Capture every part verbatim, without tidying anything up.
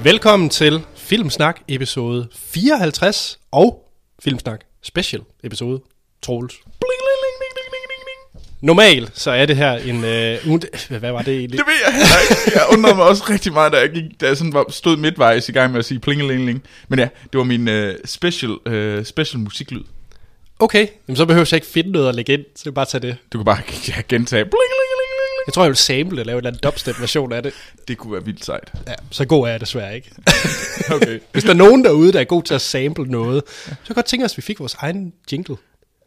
Velkommen til Filmsnak episode fireoghalvtreds og Filmsnak special episode Troels. Normalt så er det her en øh, uge... Hvad var det egentlig? Det ved jeg heller ikke. Jeg undrede mig også rigtig meget, da jeg, gik, da jeg sådan var, stod midtvejs i gang med at sige plingelingeling. Men ja, det var min øh, special, øh, special musiklyd. Okay, jamen så behøver jeg ikke finde noget at lægge ind, så det er bare tage det. Du kan bare ja, gentage plingelingeling. Jeg tror, jeg vil sample og lave en eller anden dubstep-version af det. Det kunne være vildt sejt. Ja, så god er jeg desværre ikke. Okay. Hvis der er nogen derude, der er god til at sample noget, så kan jeg godt tænke os, at vi fik vores egen jingle.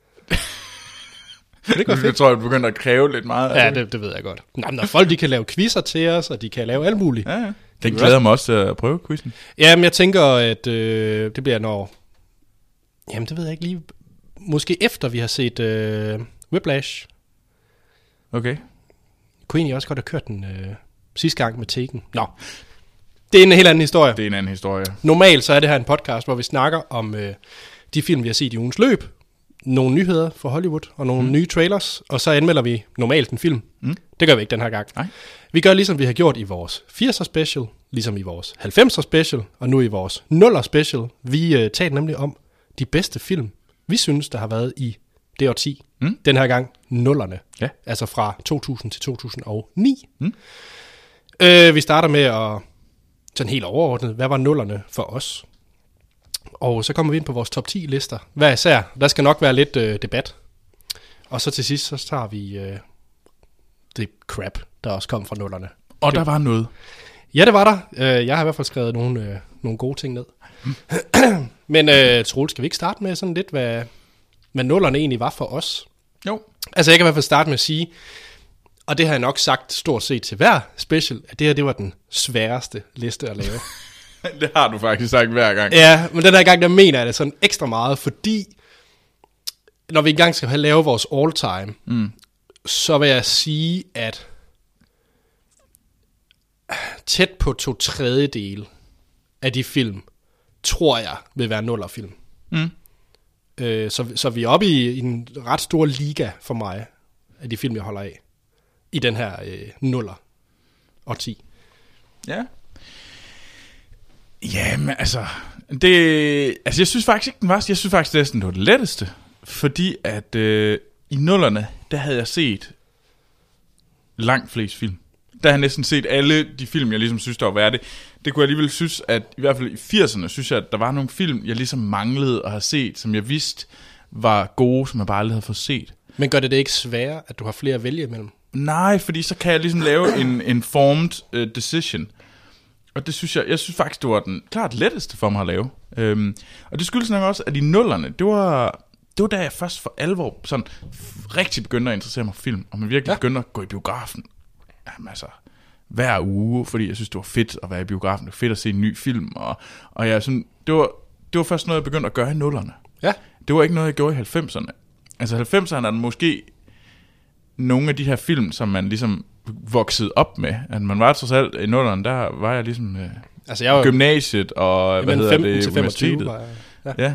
Det jeg fedt. tror, jeg begynder at kræve lidt meget. Ja, det, det ved jeg godt. Nå, når folk de kan lave quizzer til os, og de kan lave alt muligt. Ja, ja. Det glæder mig også til at prøve quizzen. Jamen, jeg tænker, at øh, det bliver når... Jamen, det ved jeg ikke lige. Måske efter vi har set øh, Whiplash. Okay. Kunne egentlig også godt have kørt den øh, sidste gang med Taken. Nå, det er en helt anden historie. Det er en anden historie. Normalt så er det her en podcast, hvor vi snakker om øh, de film, vi har set i ugens løb. Nogle nyheder fra Hollywood og nogle mm. nye trailers. Og så anmelder vi normalt en film. Mm. Det gør vi ikke den her gang. Nej. Vi gør ligesom vi har gjort i vores firs'er special, ligesom i vores halvfemser special, og nu i vores nuller special. Vi øh, taler nemlig om de bedste film, vi synes, der har været i det årti. Mm. Den her gang nullerne. Ja. Altså fra to tusind til to tusind og ni. Mm. Øh, vi starter med at sådan helt overordnet, hvad var nullerne for os? Og så kommer vi ind på vores top ti lister. Hver især. Der skal nok være lidt øh, debat. Og så til sidst, så tager vi øh, det crap, der også kom fra nullerne. Og der var noget. Ja, det var der. Øh, jeg har i hvert fald skrevet nogle, øh, nogle gode ting ned. Mm. Men øh, Troels, skal vi ikke starte med sådan lidt, hvad, hvad nullerne egentlig var for os? Jo. Altså jeg kan i hvert fald starte med at sige, og det har jeg nok sagt stort set til hver special, at det her det var den sværeste liste at lave. Det har du faktisk sagt hver gang. Ja, men den her gang, der mener jeg det sådan ekstra meget, fordi når vi engang skal have lavet vores all-time, mm. så vil jeg sige, at tæt på to tredjedele af de film, tror jeg, vil være nullerfilm. Mm. Øh, så, så vi er oppe i, i en ret stor liga for mig, af de film, jeg holder af, i den her øh, nuller og ti. Ja. Jamen, altså, det, altså, jeg synes faktisk ikke, den var, jeg synes faktisk, det er sådan, det var det letteste, fordi at øh, i nullerne, der havde jeg set langt flest film. Der har jeg næsten set alle de film, jeg ligesom synes, der var værdige. Det kunne jeg alligevel synes, at i hvert fald i firserne, synes jeg, at der var nogle film, jeg ligesom manglede at have set, som jeg vidste var gode, som jeg bare aldrig havde fået set. Men gør det det ikke sværere, at du har flere at vælge imellem? Nej, fordi så kan jeg ligesom lave en informed uh, decision. Og det synes jeg, jeg synes faktisk, det var den klart letteste for mig at lave. Øhm, og det skyldes nok også, at i nullerne, det var, det var da jeg først for alvor sådan rigtig begyndte at interessere mig for film, og man virkelig ja. begyndte at gå i biografen. Jamen altså, hver uge, fordi jeg synes, det var fedt at være i biografen, det var fedt at se en ny film, og, og jeg sådan, det var, det var først noget, jeg begyndte at gøre i nullerne. Ja. Det var ikke noget, jeg gjorde i halvfemserne. Altså halvfemserne er der måske nogle af de her film, som man ligesom voksede op med. At man var trods alt i nullerne, der var jeg ligesom øh, altså jeg var, gymnasiet og hvad hedder det, universitetet. Var jeg, ja. ja.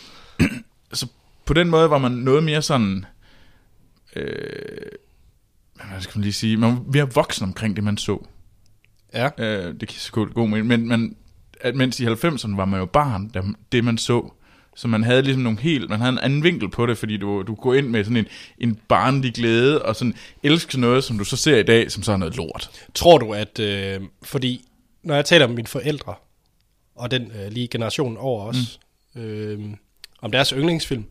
Så på den måde var man noget mere sådan, øh, hvad skal man lige sige, man var mere voksen omkring det, man så. Ja. Øh, det kan så god mening, men, men at mens i halvfemserne var man jo barn, der, det man så. Så man havde ligesom nogle helt, man havde en anden vinkel på det, fordi du, du går ind med sådan en, en barnlig glæde, og sådan elsker noget, som du så ser i dag, som så er noget lort. Tror du, at, øh, fordi når jeg taler med mine forældre, og den øh, lige generation over os, mm. øh, om deres yndlingsfilm,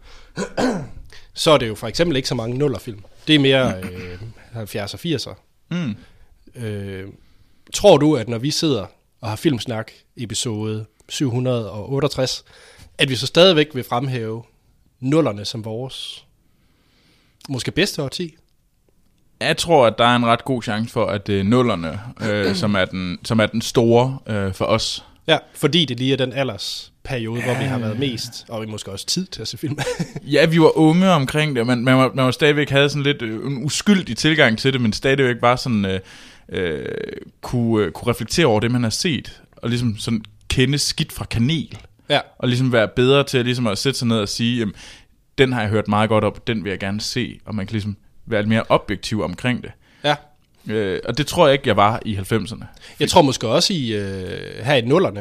så er det jo for eksempel ikke så mange nullerfilm. Det er mere øh, halvfjerdser og firser. Mm. Øh, tror du, at når vi sidder og har filmsnak episode syv hundrede og otteogtres, at vi så stadigvæk vil fremhæve nullerne som vores måske bedste årti? Jeg tror, at der er en ret god chance for, at det er nullerne, øh, som, er den, som er den store øh, for os. Ja, fordi det lige er den aldersperiode, hvor vi har været mest, og vi måske også tid til at se film. Ja, vi var unge omkring det, men man, man, man var stadigvæk havde sådan lidt øh, en uskyldig tilgang til det, men stadigvæk bare sådan øh, øh, kunne, øh, kunne reflektere over det, man har set, og ligesom sådan kende skidt fra kanel. Ja. Og ligesom være bedre til ligesom at sætte sig ned og sige, jamen, den har jeg hørt meget godt op, den vil jeg gerne se, og man kan ligesom være lidt mere objektiv omkring det. Ja. Øh, og det tror jeg ikke, jeg var i halvfemserne. Jeg tror måske også i øh, her i nullerne.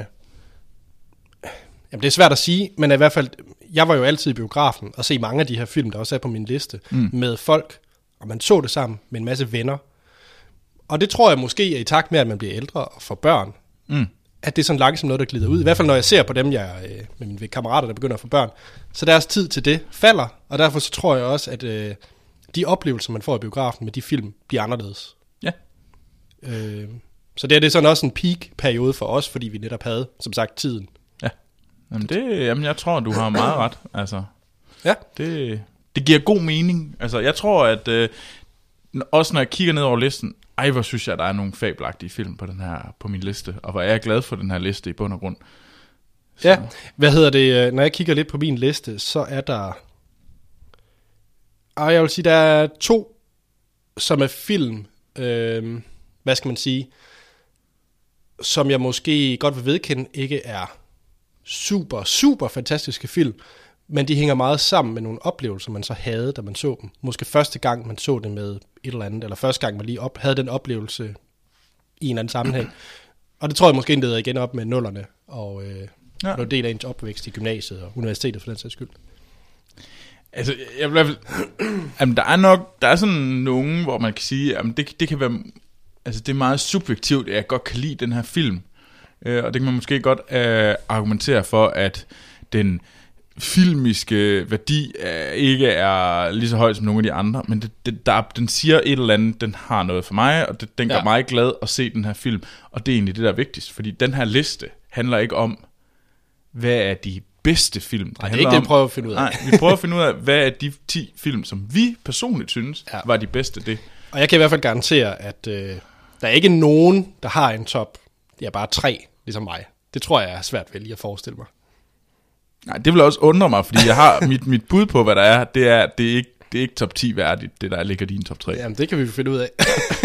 Jamen, det er svært at sige, men i hvert fald, jeg var jo altid i biografen og se mange af de her film, der også er på min liste, mm. med folk, og man så det sammen med en masse venner. Og det tror jeg måske er i takt med, at man bliver ældre og får børn, mm. at det er sådan langsomt noget, der glider ud. I hvert fald, når jeg ser på dem, jeg øh, med mine kammerater, der begynder at få børn, så deres tid til det falder, og derfor så tror jeg også, at øh, de oplevelser, man får i biografen med de film, bliver anderledes. Ja. Øh, så det er det sådan også en peak-periode for os, fordi vi netop havde, som sagt, tiden. Ja. Jamen, det, jamen jeg tror, du har meget ret. Altså, ja. Det, det giver god mening. Altså, jeg tror, at øh, også når jeg kigger ned over listen, ej, hvor synes jeg, der er nogle fabelagtige film på, den her, på min liste, og hvor er jeg glad for den her liste i bund og grund. Så. Ja, hvad hedder det, når jeg kigger lidt på min liste, så er der, og jeg vil sige, der er to, som er film, øh, hvad skal man sige, som jeg måske godt vil vedkende, ikke er super, super fantastiske film, men de hænger meget sammen med nogle oplevelser, man så havde, da man så dem. Måske første gang, man så det med et eller andet, eller første gang, man lige op, havde den oplevelse i en eller anden sammenhæng. Og det tror jeg måske endte igen op med nullerne, og øh, ja. Noget del af ens opvækst i gymnasiet og universitetet for den sags skyld. Altså, jeg vil, jamen, der er nok, der er sådan nogen, hvor man kan sige, jamen, det, det kan være, altså, det er meget subjektivt, at jeg godt kan lide den her film. Øh, og det kan man måske godt øh, argumentere for, at den filmiske værdi er, ikke er lige så høj som nogle af de andre, men det, det, der, den siger et eller andet, den har noget for mig, og det, den gør ja. mig glad at se den her film, og det er egentlig det, der er vigtigst, fordi den her liste handler ikke om, hvad er de bedste film. Det, Nej, det er ikke det, vi prøver at finde ud af. Nej, vi prøver at finde ud af, hvad er de ti film, som vi personligt synes, ja. var de bedste det. Og jeg kan i hvert fald garantere, at øh, der er ikke nogen, der har en top, det er bare tre, ligesom mig. Det tror jeg er svært ved lige at forestille mig. Nej, det vil også undre mig, fordi jeg har mit, mit bud på, hvad der er, det er, det er ikke, det er ikke top ti værdigt, det der ligger din top tre. Jamen, det kan vi finde ud af.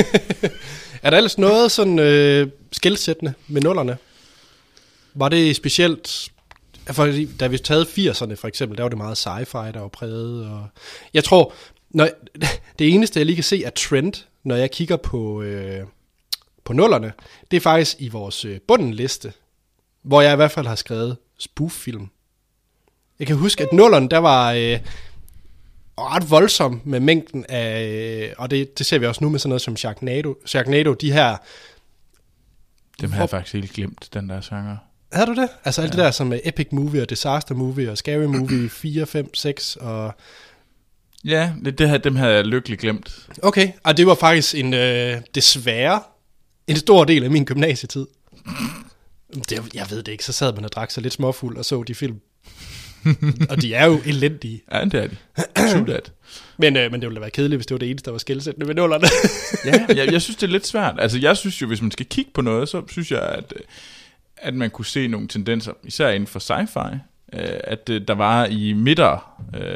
Er der ellers noget sådan øh, skelsættende med nullerne? Var det specielt, for, da vi havde firserne for eksempel, der var det meget sci-fi, der var præget, og jeg tror, når, det eneste jeg lige kan se er trend, når jeg kigger på, øh, på nullerne, det er faktisk i vores øh, bundenliste, hvor jeg i hvert fald har skrevet spoof-film. Jeg kan huske, at nullerne, der var øh, ret voldsom med mængden af, øh, og det, det ser vi også nu med sådan noget som Sharknado, Sharknado de her... Dem har jeg faktisk helt glemt, den der genre. Havde du det? Altså alt ja. det der som epic movie og disaster movie og scary movie fire, fem, seks og... Ja, det, det her, dem havde jeg lykkeligt glemt. Okay, og det var faktisk en, øh, desværre, en stor del af min gymnasietid. Det, jeg ved det ikke, så sad man og drak sig lidt småfuld og så de film. Og de er jo elendige. Ja, det er de. True that. Men, øh, men det ville da være kedeligt, hvis det var det eneste, der var skelsættende med nullerne. Ja, jeg, jeg synes, det er lidt svært. Altså, jeg synes jo, hvis man skal kigge på noget, så synes jeg, at, at man kunne se nogle tendenser, især inden for sci-fi, øh, at øh, der var i midter... Øh,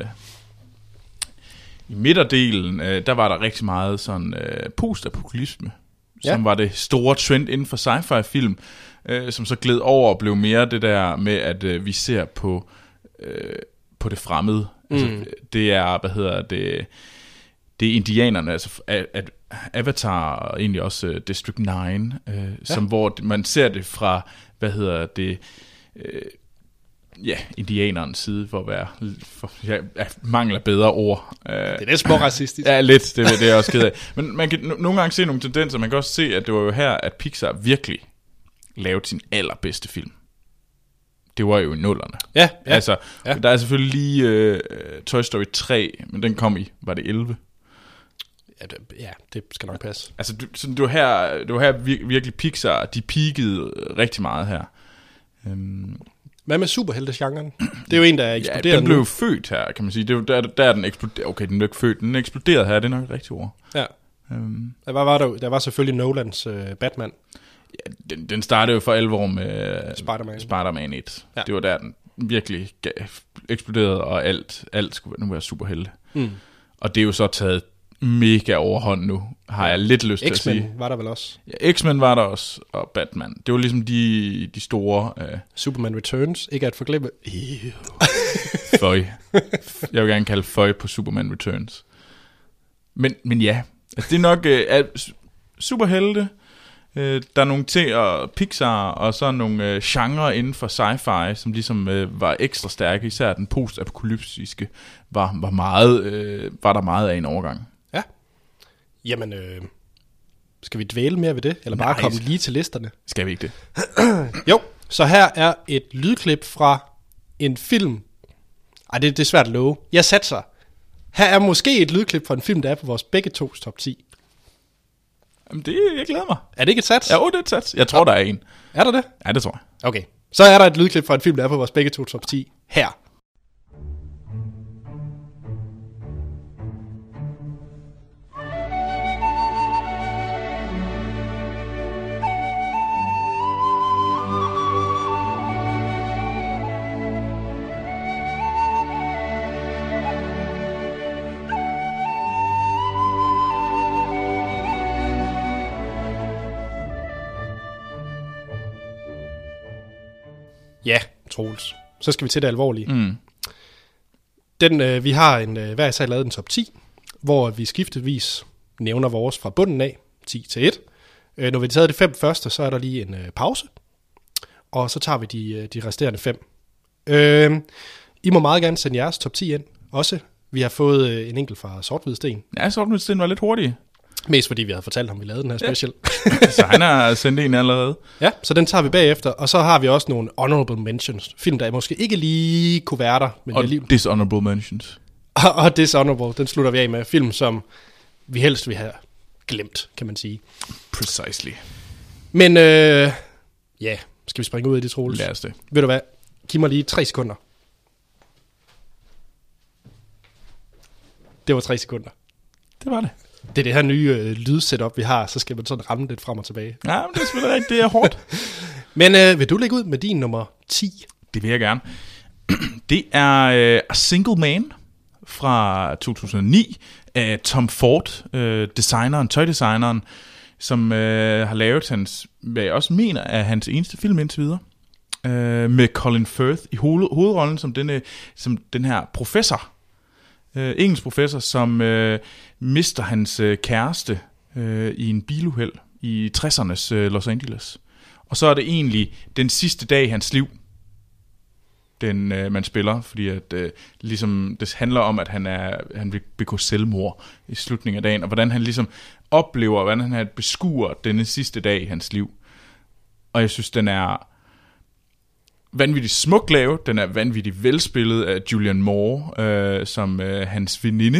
i midterdelen, øh, der var der rigtig meget sådan øh, post-apokalypsme, ja. som var det store trend inden for sci-fi-film, øh, som så gled over og blev mere det der med, at øh, vi ser på, øh, på det fremmede. Mm. Altså, det er, hvad hedder det, det er indianerne, altså at, at Avatar og egentlig også uh, District ni, øh, ja. som hvor man ser det fra, hvad hedder det, øh, ja, indianerens side, for at være, for, jeg, jeg mangler bedre ord. Uh, det er lidt små racistisk. Ja, lidt, det, det er jeg også ked af. Men man kan no- nogle gange se nogle tendenser, man kan også se, at det var jo her, at Pixar virkelig lavede sin allerbedste film. Det var jo i nullerne. Ja, ja. Altså, ja. Der er selvfølgelig lige uh, Toy Story tre, men den kom i, var det elleve? Ja, det, ja, det skal nok passe. Altså, du, så det var her, det var her vir- virkelig Pixar, de peakede rigtig meget her. Um, Hvad med superheltegenren? Det er jo en, der er eksploderet. Ja, den blev jo født her, kan man sige. Det er der, der er den eksploderede. Okay, den blev ikke født, den eksploderede her, det er nok et rigtigt ord. Ja. Um, der, var, var der, der var selvfølgelig Nolans uh, Batman. Ja, den, den startede jo for alvor med Spider-Man, Spider-Man et. Ja. Det var der, den virkelig eksploderede, og alt, alt skulle nu være superhelte. Mm. Og det er jo så taget mega overhånd nu, har jeg lidt lyst til at sige. X-Men var der vel også? Ja, X-Men var der også, og Batman. Det var ligesom de, de store... Uh... Superman Returns, ikke at forglemme. Føj. Jeg vil gerne kalde føj på Superman Returns. Men, men ja, altså det er nok... Uh, superhelte. Øh, der er nogle til og Pixar, og så nogle øh, genrer inden for sci-fi, som ligesom øh, var ekstra stærke. Især den post-apokalyptiske var, var, meget, øh, var der meget af en overgang. Ja. Jamen, øh, skal vi dvæle mere ved det? Eller bare Nej, komme lige til listerne? Skal vi ikke det? Jo, så her er et lydklip fra en film. Ej, det, det er svært at love. Jeg satser. Her er måske et lydklip fra en film, der er på vores begge tos top ti. Jamen, det, jeg glæder mig. Er det ikke et sats? Ja, oh, det er et sats. Jeg tror, der er en. Er der det? Ja, det tror jeg. Okay. Så er der et lydklip fra en film, der er på vores begge to top ti. Her. Ja, Troels. Så skal vi til det alvorlige. Mm. Den, øh, vi har en, øh, hver især lavet en top ti, hvor vi skiftevis nævner vores fra bunden af, ti til et. Øh, når vi har taget de fem første, så er der lige en øh, pause, og så tager vi de, øh, de resterende fem. Øh, I må meget gerne sende jeres top ti ind også. Vi har fået øh, en enkelt fra Sort-Hvid-Sten. Ja, Sort-Hvid-Sten var lidt hurtig. Mest fordi vi havde fortalt ham, vi lavede den her special. Ja. Så han har sendt en allerede. Ja, så den tager vi bagefter. Og så har vi også nogle honorable mentions. Film, der måske ikke lige kunne være der. Men og alligevel... dishonorable mentions. Og, og dishonorable, den slutter vi af med. Film, som vi helst vil have glemt, kan man sige. Precisely. Men øh, ja, skal vi springe ud af det, Troels? Lad os det. Ved du hvad? Giv mig lige tre sekunder. Det var tre sekunder. Det var det. Det er det her nye øh, lydsetup, vi har, så skal man sådan ramme lidt frem og tilbage. Ja, men det er selvfølgelig rigtigt, det er hårdt. Men øh, vil du lægge ud med din nummer ti? Det vil jeg gerne. Det er øh, A Single Man fra to tusind og ni af Tom Ford, øh, designeren, tøjdesigneren, som øh, har lavet hans, hvad jeg også mener er hans eneste film indtil videre, øh, med Colin Firth i hoved, hovedrollen som, denne, som den her professor, øh, engelsk professor, som øh, mister hans øh, kæreste øh, i en biluheld i tressernes øh, Los Angeles. Og så er det egentlig den sidste dag i hans liv, den øh, man spiller, fordi at øh, ligesom det handler om, at han er han vil begå selvmord i slutningen af dagen, og hvordan han ligesom oplever, hvordan han beskuer denne sidste dag i hans liv. Og jeg synes, den er vanvittigt smuk lavet, den er vanvittigt velspillet af Julianne Moore, øh, som øh, hans veninde,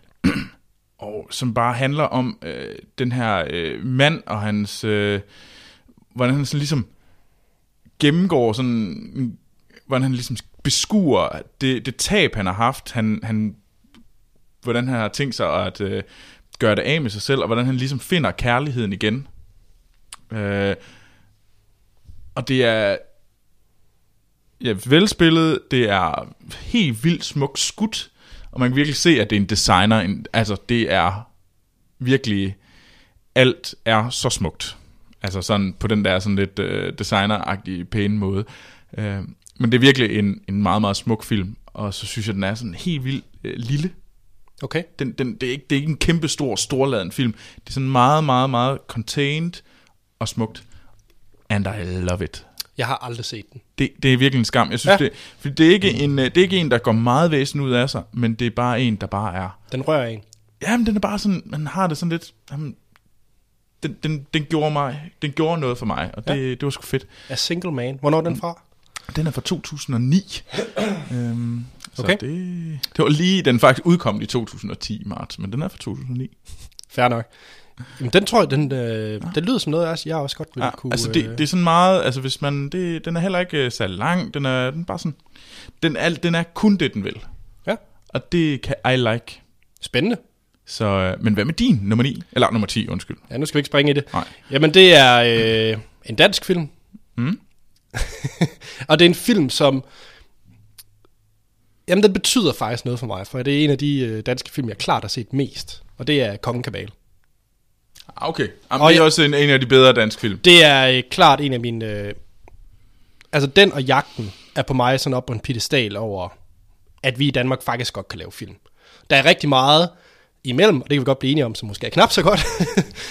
og som bare handler om øh, den her øh, mand og hans, øh, hvordan han sådan ligesom gennemgår sådan, hvordan han ligesom beskuer det, det tab, han har haft, han, han, hvordan han har tænkt sig at øh, gøre det af med sig selv, og hvordan han ligesom finder kærligheden igen. Øh, og det er ja, velspillet, det er helt vildt smukt skudt, og man kan virkelig se, at det er en designer, en, altså det er virkelig, alt er så smukt. Altså sådan på den der sådan lidt øh, designeragtige, pæne måde. Øh, men det er virkelig en, en meget, meget smuk film, og så synes jeg, den er sådan helt vildt øh, lille. Okay. Den, den, det, er ikke, det er ikke en kæmpe stor, storladen film. Det er sådan meget, meget, meget contained og smukt. And I love it. Jeg har aldrig set den. Det, det er virkelig en skam. Jeg synes, ja. det, for det, er ikke en, det er ikke en, der går meget væsen ud af sig, men det er bare en, der bare er. Den rører en. Jamen, den er bare sådan, man har det sådan lidt, jamen, den, den, den, gjorde mig, den gjorde noget for mig, og det, ja. det var sgu fedt. A Single Man. Hvornår er den fra? Den er fra to tusind og ni. øhm, okay. Så det, det var lige, den faktisk udkom i to tusind og ti i marts, men den er fra to tusind og ni. Fair nok. Jamen, den tror jeg, den, øh, ja. den lyder som noget, jeg også godt ville ja, kunne... Altså, det, det er sådan meget, altså hvis man, det, den er heller ikke så lang, den er, den er bare sådan, den er, den er kun det, den vil. Ja. Og det kan I like. Spændende. Så, men hvad med din nummer ni? Eller nummer ti, undskyld. Ja, nu skal vi ikke springe i det. Nej. Jamen, det er øh, en dansk film. Mm. Og det er en film, som... Jamen, den betyder faktisk noget for mig, for det er en af de øh, danske film, jeg klart har set mest. Og det er Kongen Kabale. Okay, Jamen, det er også en, en af de bedre danske film. Det er øh, klart en af mine... Øh, altså, den og Jagten er på mig sådan op på en piedestal over, at vi i Danmark faktisk godt kan lave film. Der er rigtig meget imellem, og det kan vi godt blive enige om, som måske er knap så godt.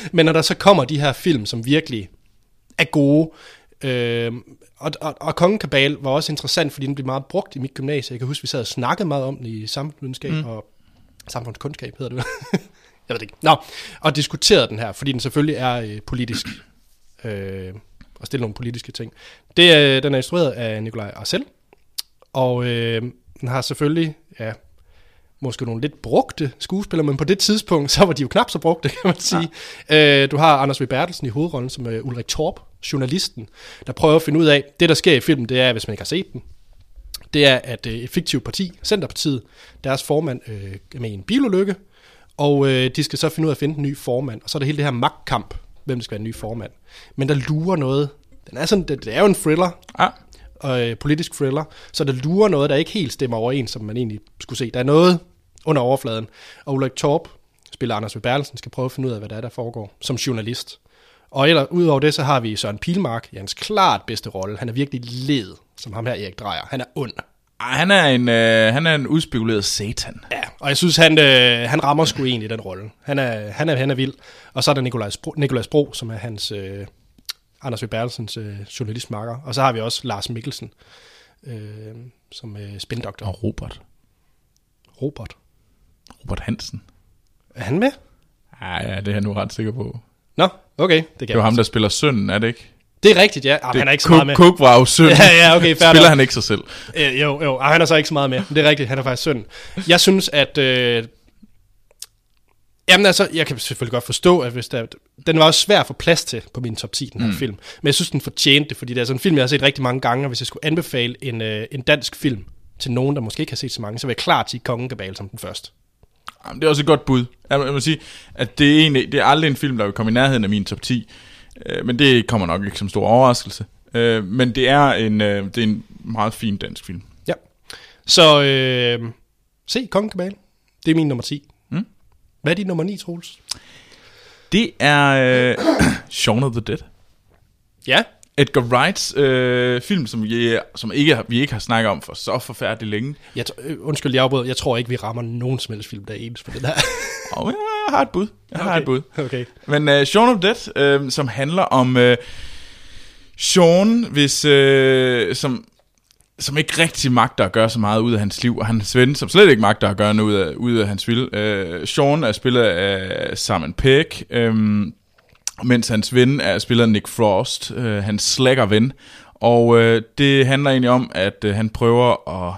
Men når der så kommer de her film, som virkelig er gode, øh, og, og, og Kongekabale var også interessant, fordi den blev meget brugt i mit gymnasie. Jeg kan huske, vi sad og snakkede meget om den i samfundsvidenskab mm. og samfundskundskab, hedder det. Jeg ved det ikke. Nå, og diskuterede den her, fordi den selvfølgelig er øh, politisk, øh, og stille nogle politiske ting. Det er, den er instrueret af Nikolaj Arcel, og øh, den har selvfølgelig, ja, måske nogle lidt brugte skuespillere, men på det tidspunkt, så var de jo knap så brugte, kan man sige. Ja. Øh, du har Anders W. Bertelsen i hovedrollen, som er Ulrik Torp, journalisten, der prøver at finde ud af, det der sker i filmen, det er, hvis man ikke har set den, det er, at øh, et fiktivt parti, Centerpartiet, deres formand øh, er med i en bilulykke, og øh, de skal så finde ud af at finde en ny formand, og så er der hele det her magtkamp, hvem det skal være en ny formand. Men der lurer noget. Den er sådan, det, det er jo en thriller, ja. og, øh, politisk thriller, så der lurer noget, der ikke helt stemmer overens, som man egentlig skulle se. Der er noget under overfladen, og Ulrik Torp, spiller Anders W. Bertelsen, skal prøve at finde ud af, hvad der er, der foregår, som journalist. Og ellers, udover det, så har vi Søren Pilmark i hans klart bedste rolle. Han er virkelig led, som ham her Erik Drejer. Han er ond. Han er en, øh, han er en udspekuleret satan. Ja, og jeg synes, han, øh, han rammer sgu egentlig den rolle. Han er, han er, han er vild. Og så er der Nikolaj Bro, Nikolaj Bro, som er hans, øh, Anders W. Bertelsens øh, journalistmarker. Og så har vi også Lars Mikkelsen, øh, som øh, spindoktor. Og Robert. Robert. Robert Hansen. Er han med? Ja, ja, det er jeg nu ret sikker på. Nå, okay. Det, det er jo ham, der spiller sønnen, er det ikke? Det er rigtigt, ja. Arh, han er ikke så Cook, meget med. Cook var jo søn. Ja, ja, okay, fair. Spiller han ikke sig selv? Øh, jo, jo. Arh, han er så ikke så meget med. Det er rigtigt, han er faktisk søn. Jeg synes, at... Øh... Jamen altså, jeg kan selvfølgelig godt forstå, at hvis der... Den var også svær at få plads til på min top ti, den her mm. film. Men jeg synes, den fortjente det, fordi det er sådan en film, jeg har set rigtig mange gange, og hvis jeg skulle anbefale en, øh, en dansk film til nogen, der måske ikke har set så mange, så vil jeg klart sige Kongekabale som den første. Jamen, det er også et godt bud. Jeg må sige, at det er, egentlig, det er aldrig en film, der vil komme i nærheden af min top ti. Men det kommer nok ikke som stor overraskelse. Men det er en, det er en meget fin dansk film. Ja. Så øh, se Kongekabale. Det er min nummer ti. Mm. Hvad er din nummer ni, Troels? Det er øh, Shaun of the Dead. Ja. Edgar Wrights øh, film, som, vi, som ikke, vi ikke har snakket om for så forfærdeligt længe. Jeg t- øh, undskyld, jeg afbrød. Jeg tror ikke, vi rammer nogen som helst film, der er ens for det der. Oh, jeg har et bud. Jeg har okay. et bud. Okay. Men uh, Shaun of the Dead, uh, som handler om uh, Shaun, hvis, uh, som, som ikke rigtig magter at gøre så meget ud af hans liv, og hans ven, som slet ikke magter at gøre noget ud af, ud af hans vil. Uh, Shaun er spillet af Simon Pegg, um, mens hans ven er spillet af Nick Frost, uh, hans slækker ven. Og uh, det handler egentlig om, at uh, han prøver at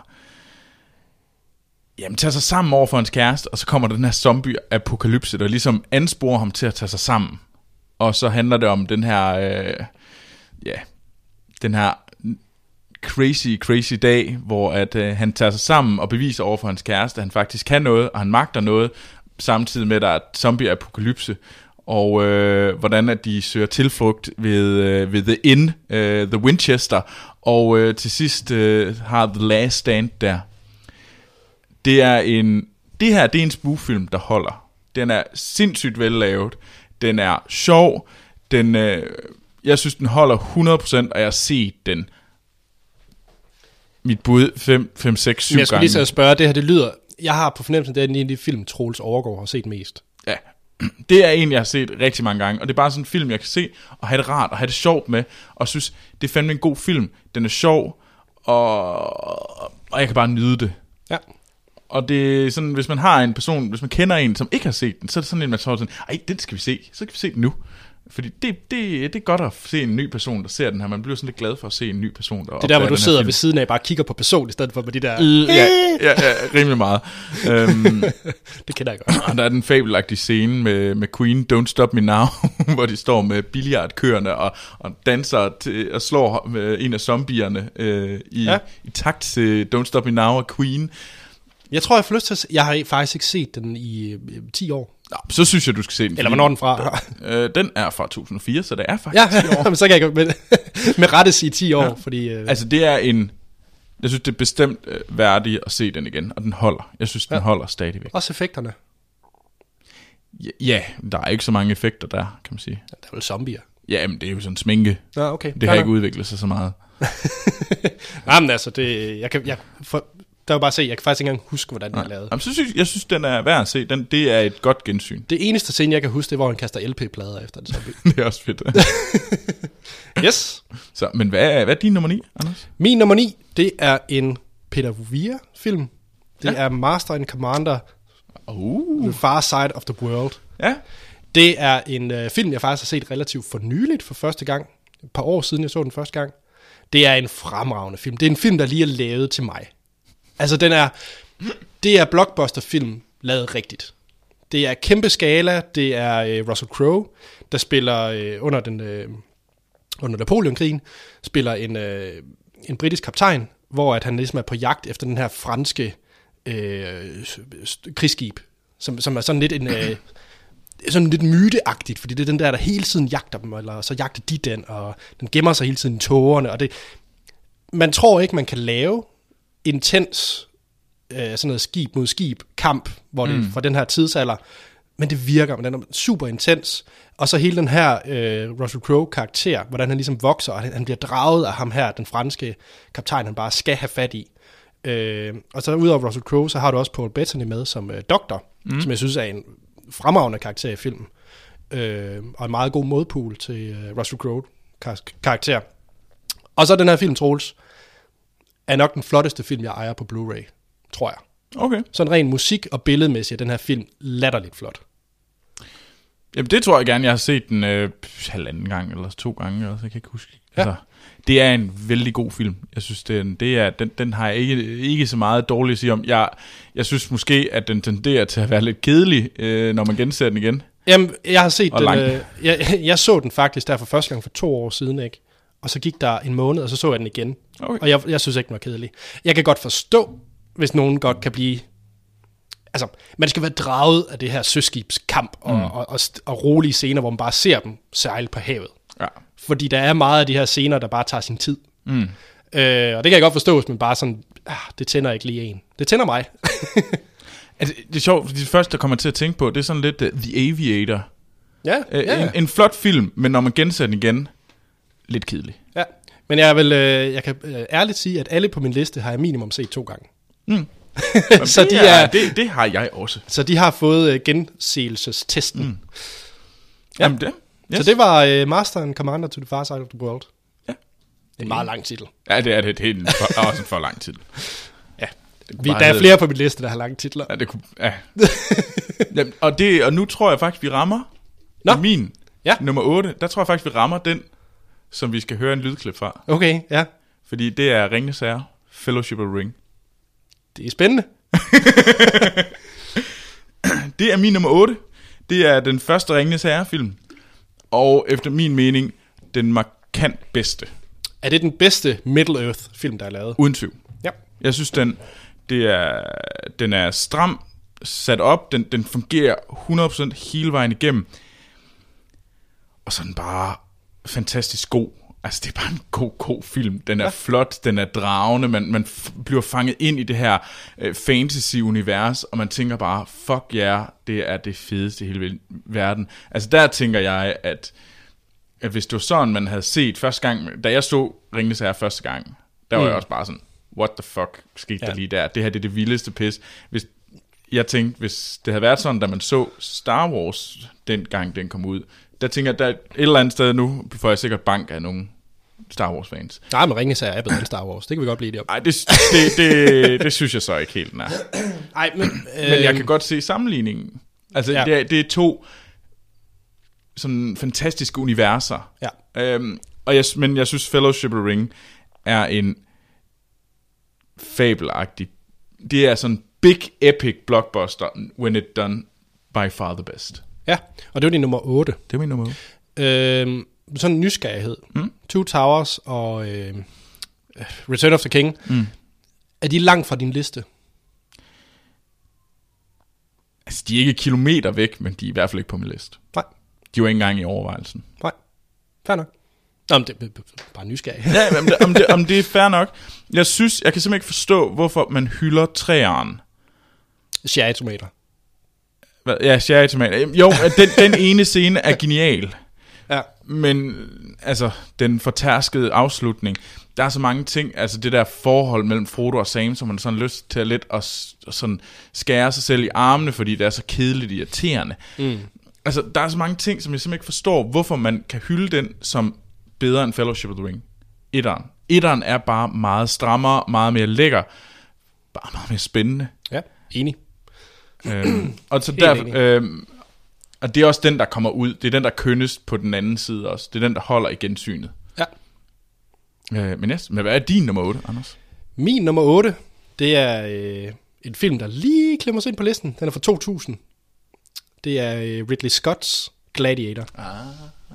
jamen, tage sig sammen over for hans kæreste, og så kommer den her zombie-apokalypse, der ligesom ansporer ham til at tage sig sammen. Og så handler det om den her, øh, ja, den her crazy, crazy dag, hvor at, øh, han tager sig sammen og beviser over for hans kæreste, at han faktisk kan noget, og han magter noget, samtidig med, at der er et zombie-apokalypse, og øh, hvordan at de søger tilflugt ved, øh, ved The Inn, øh, The Winchester, og øh, til sidst øh, har The Last Stand der. Det er en, det her det er en spoof-film, der holder. Den er sindssygt vellavet. Den er sjov. Den, øh, jeg synes, den holder hundrede procent, og jeg har set den. Mit bud fem, seks, syv gange. Jeg skulle lige så spørge, det her det lyder... Jeg har på fornemmelsen, det er en af de film, Troels Overgaard har set mest. Ja, det er en, jeg har set rigtig mange gange. Og det er bare sådan en film, jeg kan se og have det rart og have det sjovt med. Og synes, det er fandme en god film. Den er sjov, og, og jeg kan bare nyde det. Ja. Og det er sådan, hvis man har en person, hvis man kender en, som ikke har set den, så er det sådan en, man tror sådan, ej, den skal vi se, så kan vi se den nu. Fordi det, det, det er godt at se en ny person, der ser den her. Man bliver sådan lidt glad for at se en ny person, der det er der, hvor du sidder ved siden af og bare kigger på person, i stedet for med de der... Øh, ja, ja, ja, rimelig meget. um, det kender jeg godt. Og der er den fabelagtige scene med, med Queen, Don't Stop Me Now, hvor de står med billiardkørende og, og danser til, og slår med en af zombierne øh, i, ja. i takt til Don't Stop Me Now og Queen. Jeg tror, jeg får lyst til at se... Jeg har faktisk ikke set den i øh, ti år. Nå, så synes jeg, du skal se den. Eller hvornår den fra? Øh, den er fra to tusind og fire, så det er faktisk ja, ti år. Men så kan jeg med, med rette sige ti år, ja. Fordi... Øh... Altså, det er en... Jeg synes, det er bestemt øh, værdigt at se den igen, og den holder. Jeg synes, den ja. holder stadigvæk. Også effekterne. Ja, ja, der er ikke så mange effekter der, kan man sige. Der er vel zombier. Ja, men det er jo sådan sminke. Ja, okay. Det har ja, ikke udviklet sig så meget. Jamen altså, det... Jeg kan... Jeg, for, Der er bare at se, jeg kan faktisk ikke engang huske, hvordan den er lavet. Jamen, så synes, jeg synes, den er værd at se. Den, det er et godt gensyn. Det eneste scene, jeg kan huske, det er, hvor han kaster L P-plader efter det. Det er også fedt. Yes. Så, men hvad er, hvad er din nummer ni, Anders? Min nummer ni, det er en Peter Weir-film. Det Ja. er Master and Commander, Uh. The Far Side of the World. Ja. Det er en øh, film, jeg faktisk har set relativt for nyligt for første gang. Et par år siden, jeg så den første gang. Det er en fremragende film. Det er en film, der lige er lavet til mig. Altså, den er... Det er blockbuster-film lavet rigtigt. Det er kæmpe skala. Det er øh, Russell Crowe, der spiller øh, under den øh, under Napoleonkrigen, spiller en, øh, en britisk kaptajn, hvor at han ligesom er på jagt efter den her franske øh, krigsskib, som, som er sådan lidt en... Øh, sådan lidt myteagtigt, fordi det er den der, der hele tiden jagter dem, eller så jagter de den, og den gemmer sig hele tiden i tågerne, og det... Man tror ikke, man kan lave intens øh, sådan noget skib mod skib kamp, hvor det Mm. er fra den her tidsalder, men det virker, men den er super intens. Og så hele den her øh, Russell Crowe karakter, hvordan han ligesom vokser, og han, han bliver draget af ham her, den franske kaptajn, han bare skal have fat i. Øh, og så udover Russell Crowe, så har du også Paul Bettany med som øh, doktor, mm. som jeg synes er en fremragende karakter i filmen, øh, og en meget god modpol til øh, Russell Crowe kar- karakter. Og så den her film, Troels, er nok den flotteste film, jeg ejer på Blu-ray, tror jeg. Okay. Sådan ren musik og billedmæssigt er den her film latterligt flot. Jamen, det tror jeg gerne, jeg har set den øh, halvanden gang, eller to gange, eller så jeg kan ikke huske. Ja. Altså, det er en vældig god film. Jeg synes, den, det er, den, den har jeg ikke, ikke så meget dårligt at sige om. Jeg, jeg synes måske, at den tenderer til at være lidt kedelig, øh, når man genser den igen. Jamen, jeg har set Og den, lang. øh, jeg, jeg så den faktisk der for første gang for to år siden, ikke? Og så gik der en måned, og så så jeg den igen. Okay. Og jeg, jeg synes ikke, den var kedelig. Jeg kan godt forstå, hvis nogen godt kan blive... Altså, man skal være draget af det her søskibskamp og, mm. og, og, og rolige scener, hvor man bare ser dem sejle på havet. Ja. Fordi der er meget af de her scener, der bare tager sin tid. Mm. Øh, og det kan jeg godt forstå, hvis man bare sådan... Ah, det tænder ikke lige en. Det tænder mig. Altså, det er sjovt, fordi det første, der kommer til at tænke på, det er sådan lidt uh, The Aviator. Ja, Uh, ja. en, en flot film, men når man genser den igen, lidt kedelig. Ja, men jeg vil, øh, jeg kan øh, ærligt sige, at alle på min liste har jeg minimum set to gange. Mm. så, det, de er, er, det, det har jeg også. så de har fået øh, genseelsestesten. Mm. Ja. Jamen det. Yes. Så det var øh, Master and Commander to the Far Side of the World. Ja. Det er en meget lang titel. Ja, det er det. Det er en for, også en for lang titel. Ja. Vi, der er flere på min liste, der har lange titler. Ja, det kunne... Ja. Jamen, og, det, og nu tror jeg faktisk, vi rammer Nå. min Ja. nummer otte. Der tror jeg faktisk, vi rammer den, som vi skal høre en lydklip fra. Okay, ja. Fordi det er Ringenes Herre, Fellowship of the Ring. Det er spændende. Det er min nummer otte. Det er den første Ringenes Herre-film. Og efter min mening, den markant bedste. Er det den bedste Middle-earth-film, der er lavet? Uden tvivl. Ja. Jeg synes, den, det er, den er stram sat op. Den, den fungerer hundrede procent hele vejen igennem. Og så er den bare fantastisk god. Altså, det er bare en god, god film. Den er ja. flot, den er dragende, man, man f- bliver fanget ind i det her øh, fantasy-univers, og man tænker bare, fuck ja, yeah, det er det fedeste i hele verden. Altså, der tænker jeg, at, at hvis det var sådan, man havde set første gang, da jeg så Ringenes Herre første gang, der var mm. jeg også bare sådan, what the fuck skete ja. der lige der? Det her det er det vildeste pis. Hvis, jeg tænkte, hvis det havde været sådan, da man så Star Wars, dengang den kom ud, der tænker jeg, der et eller andet sted nu, får jeg sikkert bank af nogle Star Wars-fans. Nej, men Ringenes Herre er bedre end Star Wars. Det kan vi godt blive det op. Nej, det, det, det, det synes jeg så ikke helt, nej. Ej, men, øh, Men jeg kan godt se sammenligningen. Altså, Ja. det, er, det er to sådan fantastiske universer. Ja. Øhm, og jeg, men jeg synes, Fellowship of the Ring er en fabelagtig... Det er sådan big, epic blockbuster, when it done by far the best. Ja, og det var din nummer otte. Det er min nummer. Øhm, sådan en nysgerrighed. Mm. Two Towers og øh, Return of the King. Mm. Er de langt fra din liste? Altså, de er ikke kilometer væk, men de er i hvert fald ikke på min liste. Nej. De var ikke engang i overvejelsen. Nej. Fair nok. Nå, men det er bare nysgerrig. Ja, om det, om, det, om det er fair nok. Jeg synes, jeg kan simpelthen ikke forstå, hvorfor man hylder træeren. Cherrytomater. Hvad? Ja, cherrytomater. Jo, den, den ene scene er genial. Ja. men altså, den fortærskede afslutning, der er så mange ting, altså det der forhold mellem Frodo og Sam, som man sådan lyst til at lidt og, og sådan skære sig selv i armene, fordi det er så kedeligt irriterende. Mm. Altså, der er så mange ting, som jeg simpelthen ikke forstår, hvorfor man kan hylde den som bedre end Fellowship of the Ring. Etteren. Etteren er bare meget strammere, meget mere lækker, bare meget mere spændende. Ja, enig. Øhm, og så der, øhm, og det er også den, der kommer ud. Det er den, der kønnes på den anden side også. Det er den, der holder i gensynet. Ja. Øh, men, yes, men hvad er din nummer otte, Anders? Min nummer otte, det er øh, en film, der lige klemmer sig ind på listen. Den er fra to tusind. Det er øh, Ridley Scott's Gladiator. Ah.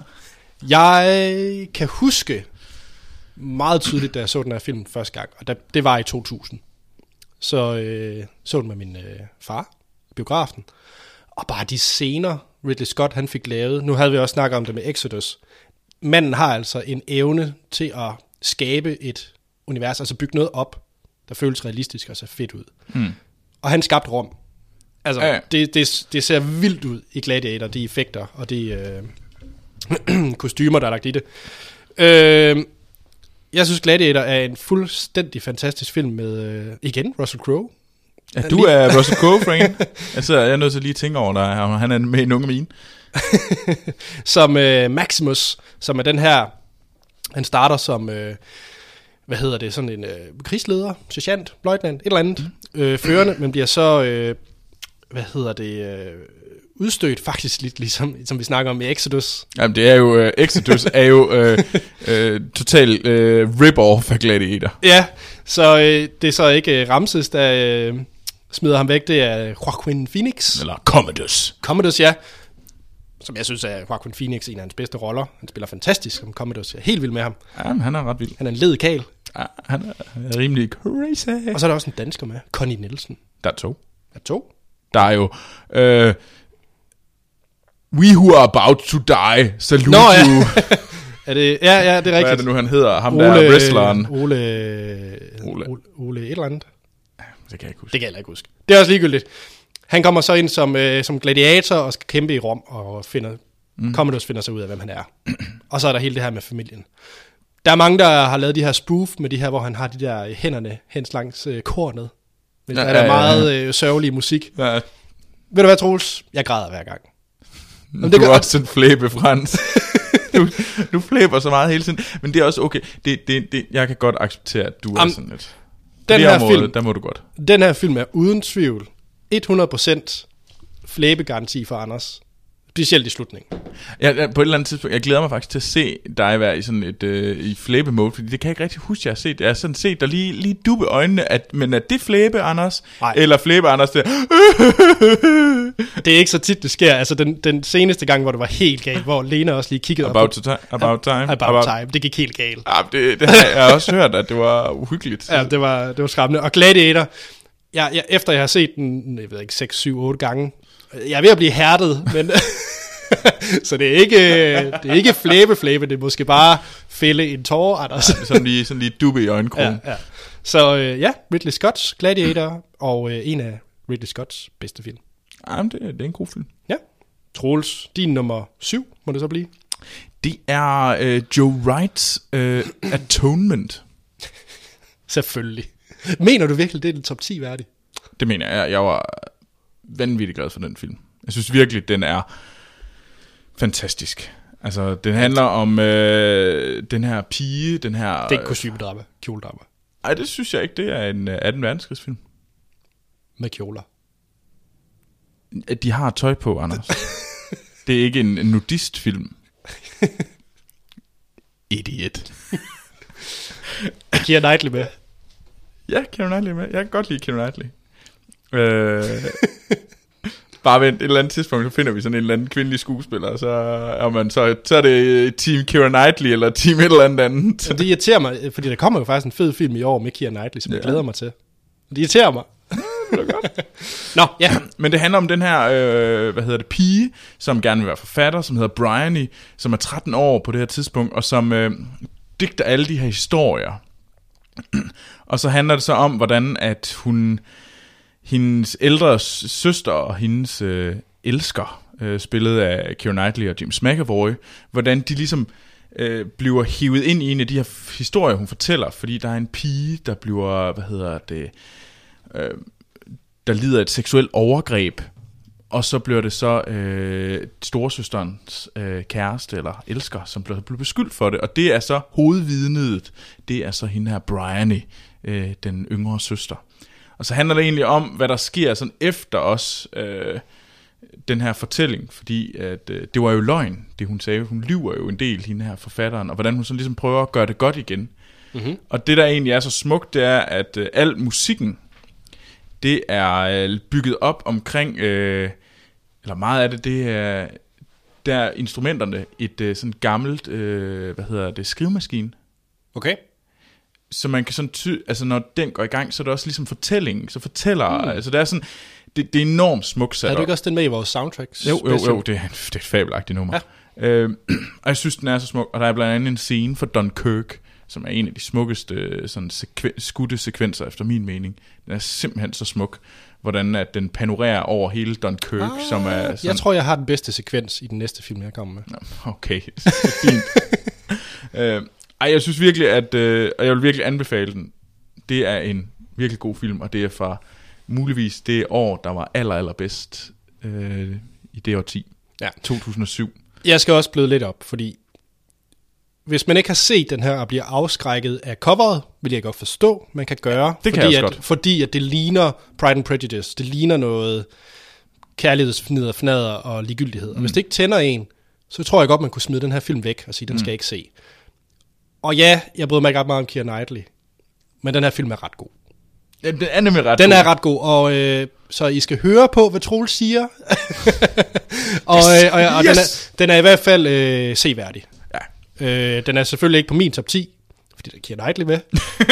Jeg kan huske meget tydeligt, da jeg så den her film første gang, og da, det var i to tusind. Så øh, så den med min øh, far, biografen, og bare de scener, Ridley Scott han fik lavet, nu havde vi også snakket om det med Exodus, manden har altså en evne til at skabe et univers, altså bygge noget op, der føles realistisk og ser fedt ud. Mm. Og han skabte Rom. Altså, ja, ja. Det, det, det ser vildt ud i Gladiator, de effekter og de øh, kostymer, der er lagt i det. Øh, jeg synes, Gladiator er en fuldstændig fantastisk film med, øh, igen, Russell Crowe. Ja, du er Russell Crowe-fan. Altså, jeg er nødt til at lige tænke over dig. Han er med i en unge mine. Som øh, Maximus, som er den her, han starter som, øh, hvad hedder det, sådan en øh, krigsleder, sergeant, løjtnant, et eller andet, mm. øh, førende, men bliver så, øh, hvad hedder det, øh, udstødt faktisk lidt ligesom, som vi snakker om i Exodus. Jamen det er jo, uh, Exodus er jo uh, uh, total uh, rip-off af Gladiator. Ja, så uh, det er så ikke uh, Ramses, der uh, smider ham væk, det er Joaquin Phoenix. Eller Commodus. Commodus, ja. Som jeg synes er Joaquin Phoenix en af hans bedste roller. Han spiller fantastisk som Commodus. Jeg er helt vild med ham. Ja, han er ret vild. Han er en led kal. Ja, han er rimelig crazy. Og så er der også en dansker med, Connie Nielsen. Der er to. Der er to? Der er jo... Uh, We who are about to die, salute Nå, ja. you. er det, ja, ja, det er rigtigt. Hvad er det nu, han hedder? Ham Ole, der wrestleren. Ole, Ole. Ole, Ole et eller andet. Det kan jeg ikke huske. Det kan jeg ikke huske. Det er også ligegyldigt. Han kommer så ind som, øh, som gladiator og skal kæmpe i Rom, og finder, mm. Commodus finder sig ud af, hvem han er. Og så er der hele det her med familien. Der er mange, der har lavet de her spoof med de her, hvor han har de der hænderne hens langs øh, kornet. Men ja, der er ja, ja, meget øh, sørgelig musik. Ja. Ved du hvad, Troels? Jeg græder hver gang. Jamen, det du er også en flæbe, Frans. du, du flæber så meget hele tiden. Men det er også okay. Det, det, det, jeg kan godt acceptere, at du er um, sådan lidt. Den her område, film, der må du godt. Den her film er uden tvivl hundrede procent flæbegaranti for Anders. Specielt i slutningen. Ja, ja, på et eller andet tidspunkt. Jeg glæder mig faktisk til at se dig være i sådan et øh, i flæbe-mode, fordi det kan jeg ikke rigtig huske, jeg har set. Jeg har sådan set der lige, lige dubbe øjnene, at, men er det flæbe, Anders? Nej. Eller flæbe, Anders, det Det er ikke så tit, det sker. Altså den, den seneste gang, hvor det var helt galt, hvor Lena også lige kiggede about op. To time. About time. About, about time. Det gik helt galt. Ja, det, det har jeg også hørt, at det var uhyggeligt. Ja, det var, det var skræmmende. Og Gladiator, jeg, jeg, efter jeg har set den, jeg ved ikke, seks, syv, otte gange, jeg er ved at blive hærdet, men... Så det er ikke, det er ikke flæbe-flæbe, det er måske bare fælde en tårer, Anders. Ja, sådan lige, sådan lige dubbe i øjenkrogen. Ja, ja. Så øh, ja, Ridley Scott's Gladiator, og øh, en af Ridley Scott's bedste film. Jamen, det, det er en god film. Ja. Troels, din nummer syv, må det så blive? Det er øh, Joe Wrights øh, Atonement. Selvfølgelig. Mener du virkelig, det er den top ti værdig? Det mener jeg. Jeg var vanvittigt glad for den film. Jeg synes virkelig, den er fantastisk. Altså, den handler om øh, den her pige, den her... Det er ikke kostymedrama, kjoledrama. Nej, det synes jeg ikke. Det er en attende verdenskrigsfilm. Med kjoler. De har tøj på, Anders. Det er ikke en nudistfilm. Idiot. Keira Knightley med. Ja, Keira Knightley med. Jeg kan godt lide Keira Knightley. Øh... Bare vent, et eller andet tidspunkt, så finder vi sådan en eller anden kvindelig skuespiller, og så er, man, så, så er det Team Keira Knightley, eller Team et eller andet andet. Ja, det irriterer mig, fordi der kommer jo faktisk en fed film i år med Keira Knightley, som ja. jeg glæder mig til. Det irriterer mig. Det er godt. Nå, ja. Men det handler om den her, øh, hvad hedder det, pige, som gerne vil være forfatter, som hedder Bryony, som er tretten år på det her tidspunkt, og som øh, digter alle de her historier. Og så handler det så om, hvordan at hun... hendes ældre søster og hendes øh, elsker, øh, spillet af Keira Knightley og James McAvoy, hvordan de ligesom øh, bliver hivet ind i en af de her historier, hun fortæller, fordi der er en pige, der bliver, hvad hedder det, øh, der lider et seksuelt overgreb, og så bliver det så øh, storesøsterens øh, kæreste eller elsker, som bliver, bliver beskyldt for det, og det er så hovedvidnet, det er så hende her Bryony, øh, den yngre søster. Og så handler det egentlig om, hvad der sker sådan efter os, øh, den her fortælling, fordi at, øh, det var jo løgn, det hun sagde. Hun lyver jo en del, hende her forfatteren, og hvordan hun sådan ligesom prøver at gøre det godt igen. Mm-hmm. Og det, der egentlig er så smukt, det er, at øh, al musikken, det er øh, bygget op omkring, øh, eller meget af det, det er, der er instrumenterne et øh, sådan gammelt, øh, hvad hedder det, skrivemaskine. Okay. Så man kan sådan ty- altså når den går i gang, så er det også ligesom fortælling, så fortæller, mm. altså det er sådan, det, det er enormt smukt sat op. Er du ikke også den med i vores soundtracks? Jo, jo, jo, det er, det er et fabelagtigt nummer. Ja. Øh, og jeg synes, den er så smuk, og der er blandt andet en scene for Dunkirk, som er en af de smukkeste sådan sekven- skudte sekvenser efter min mening. Den er simpelthen så smuk, hvordan at den panorerer over hele Dunkirk, ah, som er sådan... Jeg tror, jeg har den bedste sekvens i den næste film, jeg kommer med. Okay, fint. øh, ej, jeg synes virkelig, at øh, og jeg vil virkelig anbefale den. Det er en virkelig god film, og det er fra muligvis det år, der var aller, aller bedst øh, i det årti. Ja. to tusind og syv. Jeg skal også bløde lidt op, fordi hvis man ikke har set den her og bliver afskrækket af coveret, vil jeg godt forstå, man kan gøre. Det fordi kan jeg at, godt. Fordi at det ligner Pride and Prejudice. Det ligner noget kærlighedsfnider, fnader og ligegyldighed. Mm. Og hvis det ikke tænder en, så tror jeg godt, man kunne smide den her film væk og sige, den mm. skal jeg ikke se. Og ja, jeg bryder mig ikke ret meget om Keira Knightley, men den her film er ret god. Ja, den er nemlig ret den god. er ret god, og øh, så I skal høre på, hvad Troels siger. og yes, øh, og, og yes. den, er, den er i hvert fald øh, seværdig. Ja. Øh, den er selvfølgelig ikke på min top ti, fordi der er Keira Knightley med.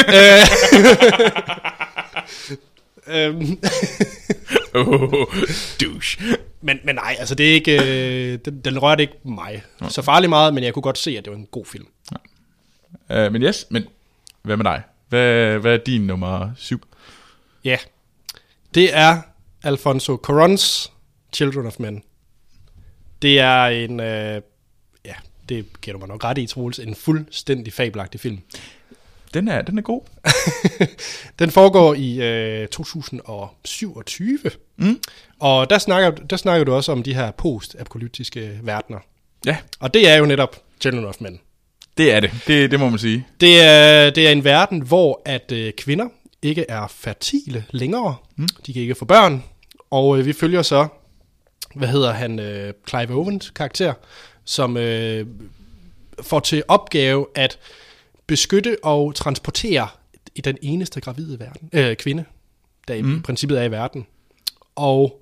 oh, douche. Men, men nej, altså det er ikke, øh, den, den rørte ikke mig okay. så farligt meget, men jeg kunne godt se, at det var en god film. Ja. Uh, men yes, men hvad med dig? Hvad, hvad er din nummer syv? Ja, det er Alfonso Cuaróns Children of Men. Det er en, øh, ja, det giver du mig nok ret i, Troels, en fuldstændig fabelagtig film. Den er, den er god. Den foregår i øh, to tusind og syvogtyve, mm. og der snakker, der snakker du også om de her post-apokalyptiske verdener. Ja. Og det er jo netop Children of Men. Det er det, det, det må man sige. Det er, det er en verden, hvor at øh, kvinder ikke er fertile længere. Mm. De kan ikke få børn. Og øh, vi følger så, hvad hedder han, øh, Clive Owens karakter, som øh, får til opgave at beskytte og transportere i den eneste gravide verden, øh, kvinde, der mm. i princippet er i verden. Og,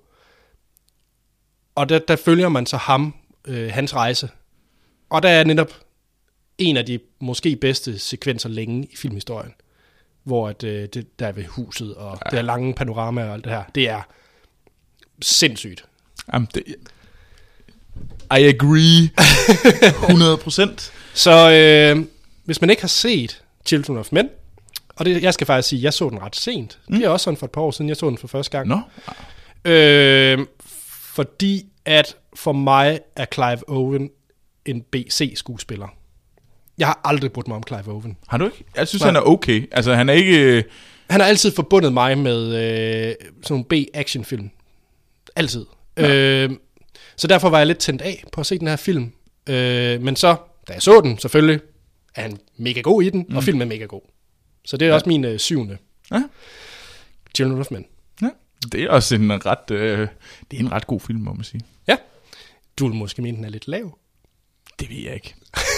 og der, der følger man så ham, øh, hans rejse. Og der er netop en af de måske bedste sekvenser længe i filmhistorien, hvor at, øh, det, der er ved huset, og ja. Det er lange panoramaer og alt det her. Det er sindssygt. Jamen, det, I agree hundrede procent. Så øh, hvis man ikke har set Children of Men, og det, jeg skal faktisk sige, jeg så den ret sent. Mm. Det er også sådan for et par år siden, jeg så den for første gang. No. Øh, fordi at for mig er Clive Owen en B C-skuespiller. Jeg har aldrig brudt mig om Clive Owen. Har du ikke? Jeg synes, Nej. han er okay. Altså, han er ikke... Han har altid forbundet mig med øh, sådan nogle B-actionfilm. Altid. Ja. Øh, så derfor var jeg lidt tændt af på at se den her film. Øh, men så, da jeg så den, selvfølgelig, er han mega god i den, mm. og filmen er mega god. Så det er ja. også min øh, syvende. Ja. Children of Men. Ja. Det er også en ret, øh, det er en ret god film, må man sige. Ja. Du vil måske mene, den er lidt lav. Det ved jeg ikke.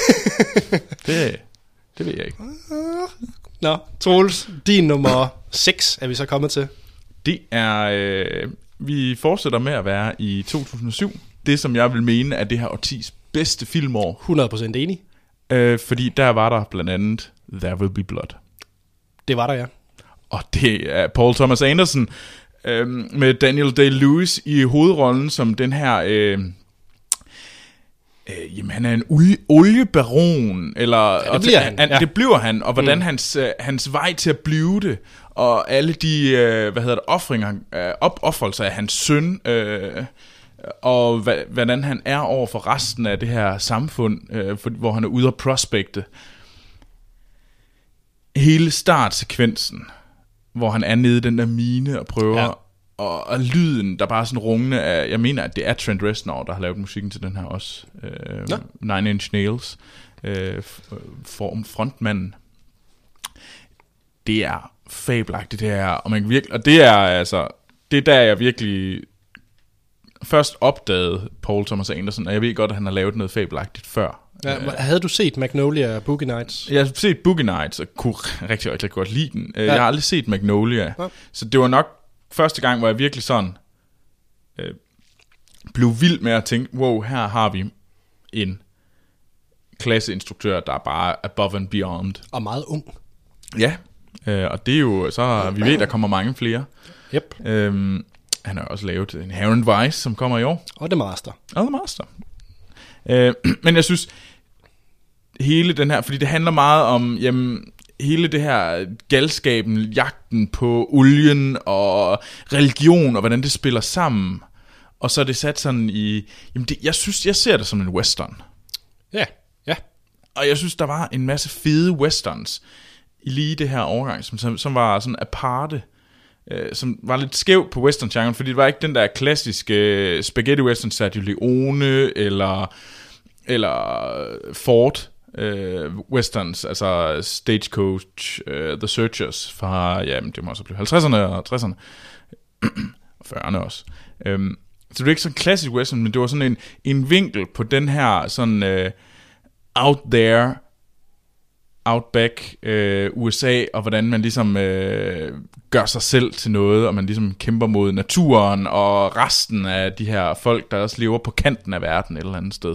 det, det ved jeg ikke. Nå, Troels, din nummer seks er vi så kommet til. Det er, øh, vi fortsætter med at være i to tusind og syv. Det, som jeg vil mene, er det her årtis bedste filmår. hundrede procent enig. Øh, fordi der var der blandt andet There Will Be Blood. Det var der, ja. Og det er Paul Thomas Anderson øh, med Daniel Day-Lewis i hovedrollen som den her... Øh, Øh, jamen, han er en olie, oliebaron, eller... Ja, det bliver han. han ja. Det bliver han, og hvordan mm. hans, øh, hans vej til at blive det, og alle de, øh, hvad hedder det, offringer, øh, opoffrelser af hans søn, øh, og hva, hvordan han er over for resten af det her samfund, øh, for, hvor han er ude at prospekte. Hele startsekvensen, hvor han er nede i den der mine og prøver, ja. og, og lyden, der bare er sådan rungende af, jeg mener, at det er Trent Reznor, der har lavet musikken til den her også. Øh, ja. Nine Inch Nails, øh, frontmanden. Det er fabelagtigt, det her, og man virkelig, og det er altså, det er der jeg virkelig først opdagede Paul Thomas Anderson, og jeg ved godt, at han har lavet noget fabelagtigt før. Ja, havde du set Magnolia og Boogie Nights? Jeg har set Boogie Nights, og kunne rigtig, rigtig godt lide den. Ja. Jeg har aldrig set Magnolia, ja. Så det var nok første gang, hvor jeg virkelig sådan øh, blev vild med at tænke, wow, her har vi en klasseinstruktør, der er bare above and beyond. Og meget ung. Ja, øh, og det er jo, så vi ved, der kommer mange flere. Yep. Øhm, han har også lavet en Inherent Vice, som kommer i år. Og The Master. Og The Master. Øh, men jeg synes, hele den her, fordi det handler meget om, jamen, hele det her galskaben, jagten på olien og religion, og hvordan det spiller sammen. Og så er det sat sådan i, jamen det, jeg synes, jeg ser det som en western. Ja, ja. Og jeg synes, der var en masse fede westerns i lige det her overgang, som, som, som var sådan aparte, øh, som var lidt skæv på western-genren, fordi det var ikke den der klassiske spaghetti western, Sergio Leone eller, eller Ford øh, westerns, altså Stagecoach, øh, The Searchers fra, ja, det må også blive halvtredserne og tresserne, og fyrrerne også. Øhm, så det var ikke sådan en klassisk western, men det var sådan en, en vinkel på den her sådan øh, out there, outback øh, U S A, og hvordan man ligesom øh, gør sig selv til noget, og man ligesom kæmper mod naturen og resten af de her folk, der også lever på kanten af verden et eller andet sted.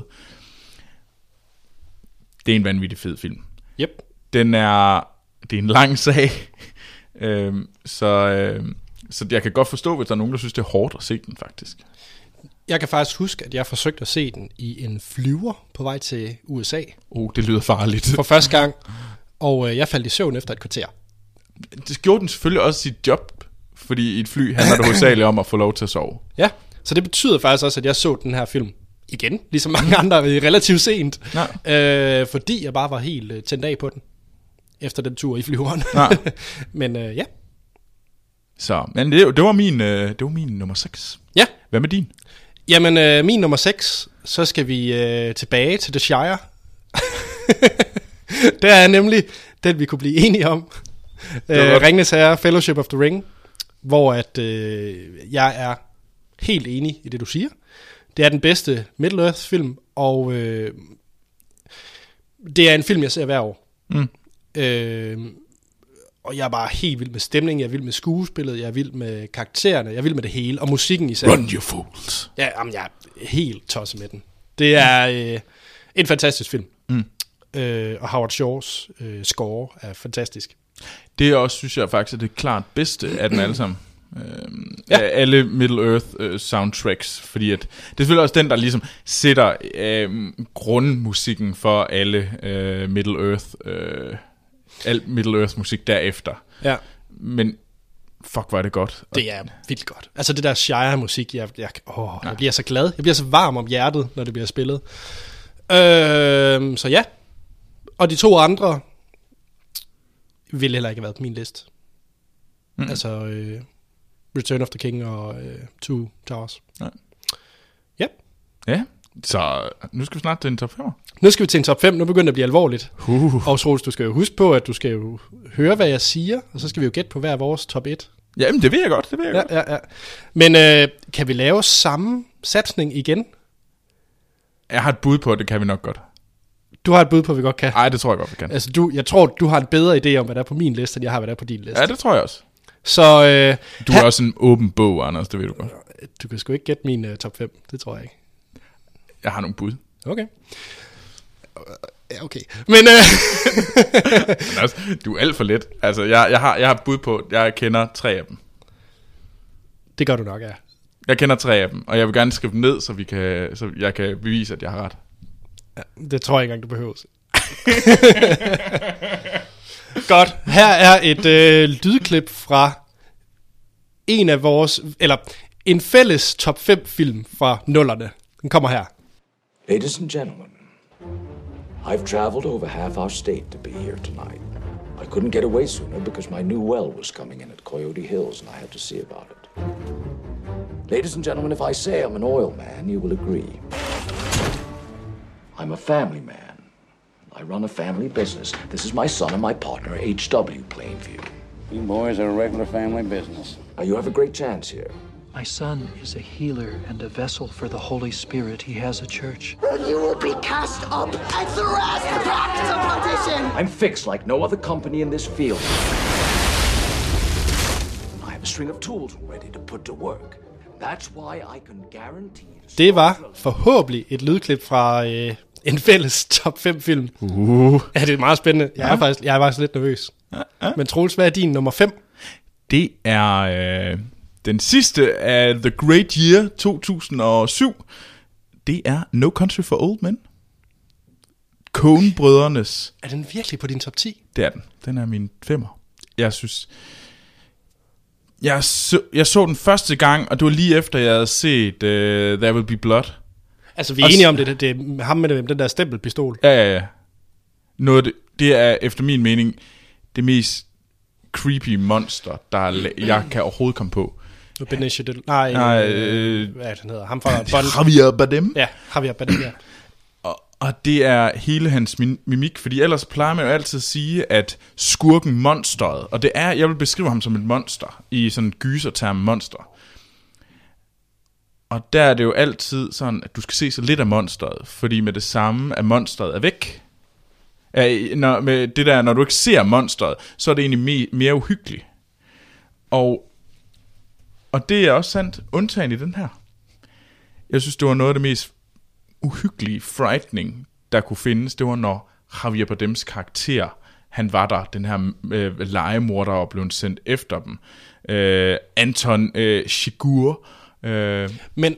Det er en vanvittig fed film. Yep. Den er, det er en lang sag, øhm, så, øhm, så jeg kan godt forstå, hvis der er nogen, der synes, det er hårdt at se den faktisk. Jeg kan faktisk huske, at jeg forsøgte at se den i en flyver på vej til U S A. Oh, det lyder farligt. For første gang, og øh, jeg faldt i søvn efter et kvarter. Det gjorde den selvfølgelig også sit job, fordi i et fly handler det hovedsageligt om at få lov til at sove. Ja, så det betyder faktisk også, at jeg så den her film igen, ligesom mange andre, relativt sent. Ja. Øh, fordi jeg bare var helt øh, tændt af på den, efter den tur i flyveren. Ja. Men øh, ja. Så, men det, det, var min, øh, det var min nummer seks. Ja. Hvad med din? Jamen, øh, min nummer seks, så skal vi øh, tilbage til The Shire. Det er nemlig den, vi kunne blive enige om. Øh, Ringenes Herre, Fellowship of the Ring, hvor at, øh, jeg er helt enig i det, du siger. Det er den bedste Middle-earth-film, og øh, det er en film, jeg ser hver år. Mm. Øh, og jeg er bare helt vild med stemningen, jeg er vild med skuespillet, jeg er vild med karaktererne, jeg er vild med det hele, og musikken især. Run you fools. Ja, jamen, jeg er helt tosset med den. Det er øh, en fantastisk film. Mm. Øh, og Howard Shores øh, score er fantastisk. Det er også, synes jeg faktisk, er det klart bedste af den alle sammen. Øhm, ja. Af alle Middle-earth øh, soundtracks, fordi at, det er selvfølgelig også den, der ligesom sætter øh, grundmusikken for alle øh, Middle-earth øh, al Middle-earth musik derefter. Ja. Men fuck, hvor er det godt. Det er vildt godt. Altså det der Shire-musik, jeg, jeg, åh, ja. jeg bliver så glad. Jeg bliver så varm om hjertet, når det bliver spillet. Øh, så ja. Og de to andre ville heller ikke have været på min liste. Mm. Altså øh, Return of the King og øh, Two Towers. Ja. Ja. Ja, så nu skal vi snart til en top fem. Nu skal vi til en top fem. Nu begynder det at blive alvorligt. Uh. Og Troels, du skal jo huske på, at du skal jo høre, hvad jeg siger, og så skal vi jo gætte på hver vores top et. Jamen, det ved jeg godt, det ved jeg ja, godt. Ja, ja. Men øh, kan vi lave samme satsning igen? Jeg har et bud på, at det kan vi nok godt. Du har et bud på, at vi godt kan? Nej, det tror jeg godt, vi kan. Altså, du, jeg tror, du har en bedre idé om, hvad der er på min liste, end jeg har, hvad der er på din liste. Ja, det tror jeg også. Så, øh, du er her... også en åben bog, Anders, det ved du godt. Du kan sgu ikke gætte min uh, top fem, det tror jeg ikke. Jeg har nogle bud. Okay. Ja, okay. Men, øh... Anders, du er alt for let. Altså, jeg, jeg, har, jeg har bud på, jeg kender tre af dem. Det gør du nok, ja. Jeg kender tre af dem, og jeg vil gerne skrive dem ned, så, vi kan, så jeg kan bevise, at jeg har ret. Ja, det tror jeg ikke engang, du behøver. Godt, her er et øh, lydklip fra en af vores, eller En fælles top fem film fra nullerne. Den kommer her. Ladies and gentlemen, I've traveled over half our state to be here tonight. I couldn't get away sooner because my new well was coming in at Coyote Hills and I had to see about it. Ladies and gentlemen, if I say I'm an oil man, you will agree. I'm a family man. I run a family business. This is my son and my partner, H W Plainview. You boys are a regular family business. Now, you have a great chance here. My son is a healer and a vessel for the Holy Spirit. He has a church. You will be cast up and thrust back to perdition. I'm fixed like no other company in this field. I have a string of tools ready to put to work. That's why I can guarantee... Det var forhåbentlig et lydklip fra øh, en fælles top fem film. Uh. Ja, det er meget spændende. Jeg er faktisk, jeg er faktisk lidt nervøs. Uh, uh. Men Troels, hvad er din nummer fem? Det er øh, den sidste af The Great Year to tusind og syv. Det er No Country for Old Men. Coen-brødrenes. Er den virkelig på din top ti? Det er den. Den er min femmer. Jeg synes... Jeg så, jeg så den første gang, og det var lige efter, jeg havde set uh, There Will Be Blood. Altså, vi er enige om det. Det er ham med den der stempelpistol. Ja, ja, ja. Noget, det, det er efter min mening det mest creepy monster, der jeg kan overhovedet komme på. Benicio del... Nej, Nej øh, hvad er det, han hedder? Ham fra Bond. Javier Bardem. Ja, Javier Bardem, ja. Og, og det er hele hans mimik, fordi ellers plejer man jo altid at sige, at skurken monsteret, og det er, jeg vil beskrive ham som et monster, i sådan en gyserterm monster. Og der er det jo altid sådan, at du skal se så lidt af monsteret, fordi med det samme, at monsteret er væk. Når, med det der, når du ikke ser monsteret, så er det egentlig mere, mere uhyggeligt. Og, og det er også sandt, undtagen i den her. Jeg synes, det var noget af det mest uhyggelige, frightening, der kunne findes. Det var, når Javier Bardems karakter, han var der, den her øh, legemorder, og blev sendt efter dem. Øh, Anton øh, Chigurh. Øh, Men...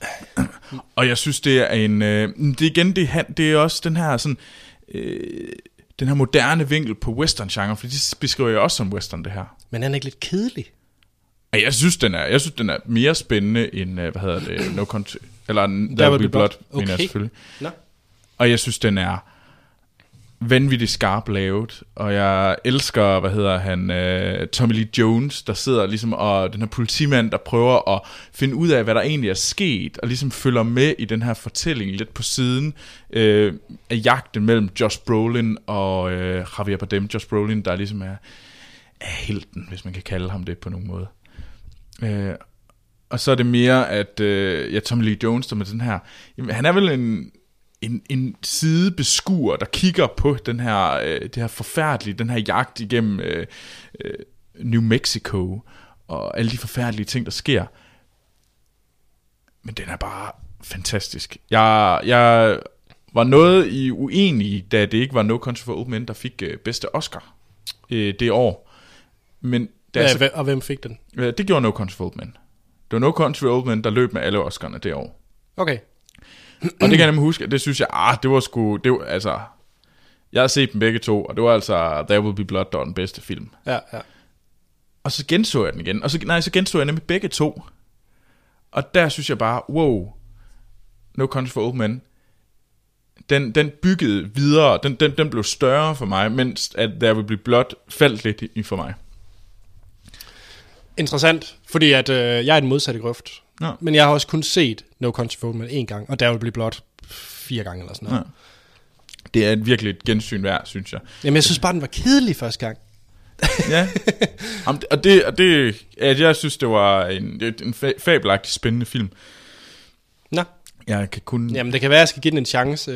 og jeg synes, det er en... Øh, det igen, det er, det er også den her sådan... Øh, den her moderne vinkel på western-genre, for det beskriver jeg også som western, det her. Men er ikke lidt kedelig? Jeg synes, den er, jeg synes, den er mere spændende end, hvad hedder det, No Country, eller There Will Be Blood, okay. Mener jeg selvfølgelig. No. Og jeg synes, den er vanvittigt skarp lavet, og jeg elsker, hvad hedder han, uh, Tommy Lee Jones, der sidder ligesom, og den her politimand, der prøver at finde ud af, hvad der egentlig er sket, og ligesom følger med i den her fortælling lidt på siden uh, af jagten mellem Josh Brolin og uh, Javier Bardem. Josh Brolin, der ligesom er, er helten, hvis man kan kalde ham det på nogen måde. Uh, og så er det mere, at uh, ja, Tommy Lee Jones, der med den her, jamen, han er vel en... En, en sidebeskuer, der kigger på den her, øh, det her forfærdelige, den her jagt igennem øh, øh, New Mexico, og alle de forfærdelige ting, der sker. Men den er bare fantastisk. Jeg, jeg var noget i uenig, da det ikke var No Country for Old Men, der fik øh, bedste Oscar øh, det år. Men ja, så, og hvem fik den? Øh, det gjorde No Country for Old Men. Det var No Country for Old Men, der løb med alle Oscar'erne det år. Okay. Og det kan jeg nemlig huske, det synes jeg, ah, det var sgu, det var, altså, jeg har set dem begge to, og det var altså There Will Be Blood, der var den bedste film. Ja, ja. Og så genså jeg den igen, og så, nej, så genså jeg nemlig begge to, og der synes jeg bare, wow, No Country for Old Men, den, den byggede videre, den, den, den blev større for mig, mens at There Will Be Blood faldt lidt i for mig. Interessant, fordi at, øh, jeg er i den modsatte grøft. Ja. Men jeg har også kun set No Country for Old Men en gang, og der vil blive blot fire gange eller sådan noget. Ja. Det er et virkelig et gensyn værd, synes jeg. Jamen, jeg synes bare, den var kedelig første gang. Ja, og det, og det at jeg synes, det var en, en fabelagtig spændende film. Nå. Jeg kan kun... Jamen, det kan være, at jeg skal give den en chance.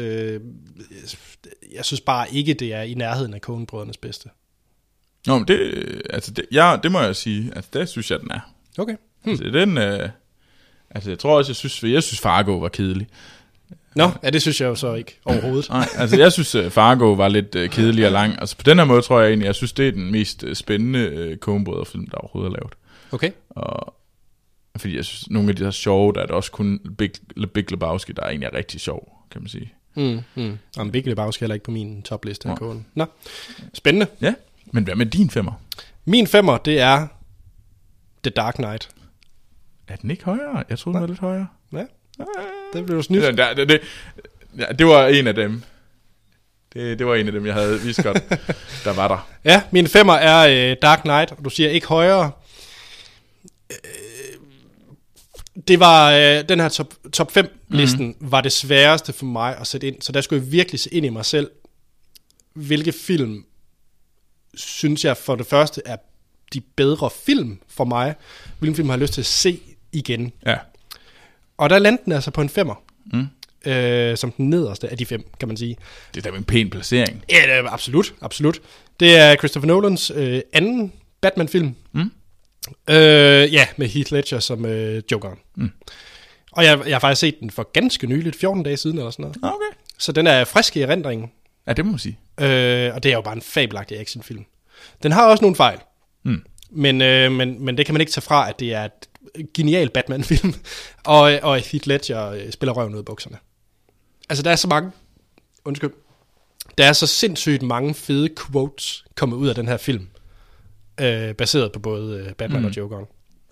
Jeg synes bare ikke, det er i nærheden af Coen-brødrenes bedste. Nå, men det, altså det, ja, det må jeg sige. Altså, det synes jeg, den er. Okay. Hmm. Altså, den... Øh, Altså, jeg tror også, jeg synes, jeg synes Fargo var kedelig. Nå, ja, det synes jeg jo så ikke overhovedet. Nej, altså, jeg synes, Fargo var lidt uh, kedelig og lang. Altså, på den her måde tror jeg egentlig, jeg synes, det er den mest uh, spændende uh, Coen-brødre-film, der overhovedet er lavet. Okay. Og, fordi jeg synes, nogle af de her sjove, der er det også kun Big, Big Lebowski, der er egentlig er rigtig sjov, kan man sige. Mm, mm. Og Big Lebowski er heller ikke på min topliste af Coen. Nå, spændende. Ja, men hvad med din femmer? Min femmer, det er The Dark Knight. Er den ikke højere? Jeg troede, den var lidt højere. Ja, det blev du snydt. Ja, det, det, det, ja, det var en af dem. Det, det var en af dem, jeg havde vist godt, der var der. Ja, min femmer er øh, Dark Knight, og du siger ikke højere. Øh, det var, øh, den her top, top fem-listen mm-hmm. var det sværeste for mig at sætte ind, så der skulle jeg virkelig se ind i mig selv, hvilke film, synes jeg for det første er de bedre film for mig, hvilken film har jeg lyst til at se igen. Ja. Og der landte den altså på en femmer. Mm. Øh, som den nederste af de fem, kan man sige. Det er da en pæn placering. Ja, det er absolut, absolut. Det er Christopher Nolans øh, anden Batman-film. Mm. Øh, ja, med Heath Ledger som øh, Jokeren. Mm. Og jeg, jeg har faktisk set den for ganske nyligt, fjorten dage siden eller sådan noget. Okay. Så den er frisk i erindringen. Ja, det må man sige. Øh, og det er jo bare en fabelagtig actionfilm. Den har også nogle fejl. Mm. Men, øh, men, men det kan man ikke tage fra, at det er et genial Batman-film. og, og Heath Ledger øh, spiller røven ud af bukserne. Altså, der er så mange... Undskyld. Der er så sindssygt mange fede quotes kommet ud af den her film. Øh, baseret på både øh, Batman mm. og Jokeren.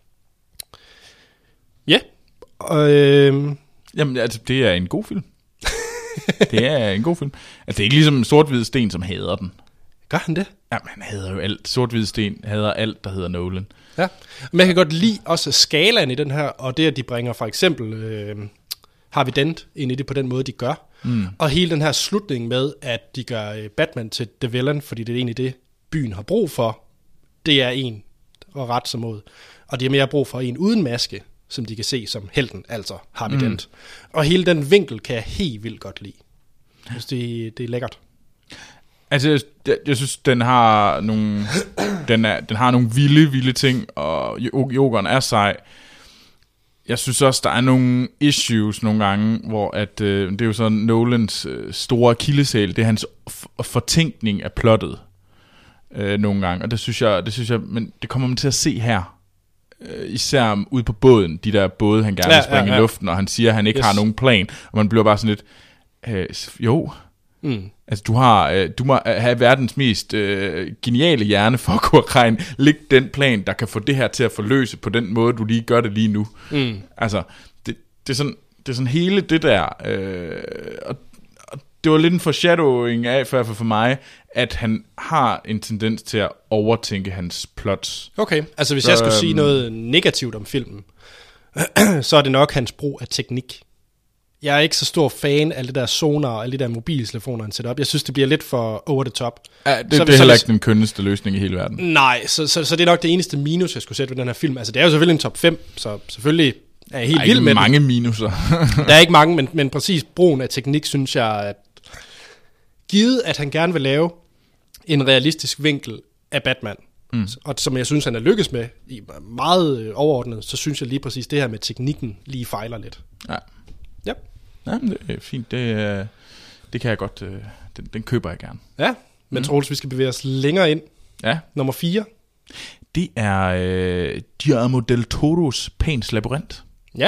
Ja. Og, øh... Jamen, altså, det er en god film. Det er en god film. Altså, det er ikke ligesom Sort-Hvid Sten, som hader den. Gør han det? Ja, han hader jo alt. Sort-Hvid Sten hader alt, der hedder Nolan. Ja. Men jeg kan godt lide også skalaen i den her, og det, at de bringer for eksempel øh, Harvey Dent ind i det på den måde, de gør. Mm. Og hele den her slutning med, at de gør øh, Batman til the villain, fordi det er egentlig det, byen har brug for. Det er en at rette sig mod. Og de har mere brug for en uden maske, som de kan se som helten, altså Harvey mm. Dent. Og hele den vinkel kan jeg helt vildt godt lide. Jeg synes, det, det er lækkert. Altså, jeg, jeg synes, den har nogle, den, er, den har nogle vilde, vilde ting, og Jokeren er sej. Jeg synes også, der er nogle issues nogle gange, hvor at, øh, det er jo sådan Nolans øh, store akilleshæl, det er hans f- fortænkning af plottet øh, nogle gange, og det synes jeg, det synes jeg, men det kommer man til at se her. Øh, især ude på båden, de der både, han gerne vil springe ja, ja, ja. i luften, og han siger, at han ikke yes. har nogen plan, og man bliver bare sådan lidt, øh, jo... Mm. Altså du har øh, du må have verdens mest øh, geniale hjerne for at kunne regne lægge den plan der kan få det her til at forløse på den måde du lige gør det lige nu. Mm. Altså det, det er sådan det er sådan hele det der øh, og, og det var lidt en foreshadowing af for for mig at han har en tendens til at overtænke hans plots. Okay, altså hvis så, jeg skulle øhm, sige noget negativt om filmen, så er det nok hans brug af teknik. Jeg er ikke så stor fan af det der sonar og alle de der mobiltelefoner, han sætter op. Jeg synes, det bliver lidt for over the top. Ja, det, så, det er heller ikke den kønneste løsning i hele verden. Nej, så, så, så det er nok det eneste minus, jeg skulle sætte ved den her film. Altså, det er jo selvfølgelig en top fem, så selvfølgelig er jeg helt vild med den. Der er ikke mange minuser. Der er ikke mange, men, men præcis brugen af teknik, synes jeg, at givet, at han gerne vil lave en realistisk vinkel af Batman, mm. og som jeg synes, han er lykkes med, meget overordnet, så synes jeg lige præcis, det her med teknikken lige fejler lidt. Ja. Ja. Ja, det er fint. Det, det kan jeg godt, den, den køber jeg gerne. Ja, men mm. Troels, vi skal bevæge os længere ind. Ja. Nummer fire. Det er øh, Guillermo del Toros Pans Labyrint. Ja.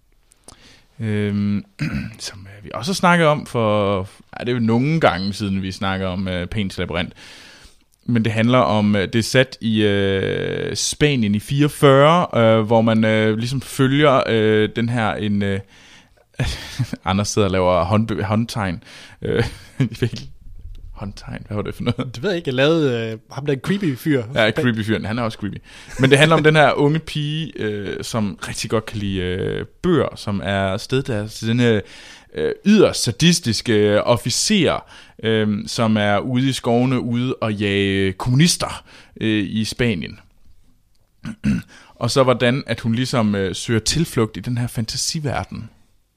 Øhm, som vi også har snakket om for, ja, det er jo nogle gange siden, vi snakker om øh, Pans Labyrint. Men det handler om, det er sat i øh, Spanien i fireogfyrre, øh, hvor man øh, ligesom følger øh, den her en... Øh, Anders sidder og laver hånd, håndtegn. Øh, håndtegn, hvad var det for noget? Det ved jeg ikke, jeg lavede øh, ham der en creepy fyr. Ja, creepy fyr, han er også creepy. Men det handler om den her unge pige, øh, som rigtig godt kan lide øh, bøger, som er afsted der til den her øh, yderst sadistiske officer, øh, som er ude i skovene, ude og jage kommunister øh, i Spanien. Og så hvordan, at hun ligesom øh, søger tilflugt i den her fantasiverden.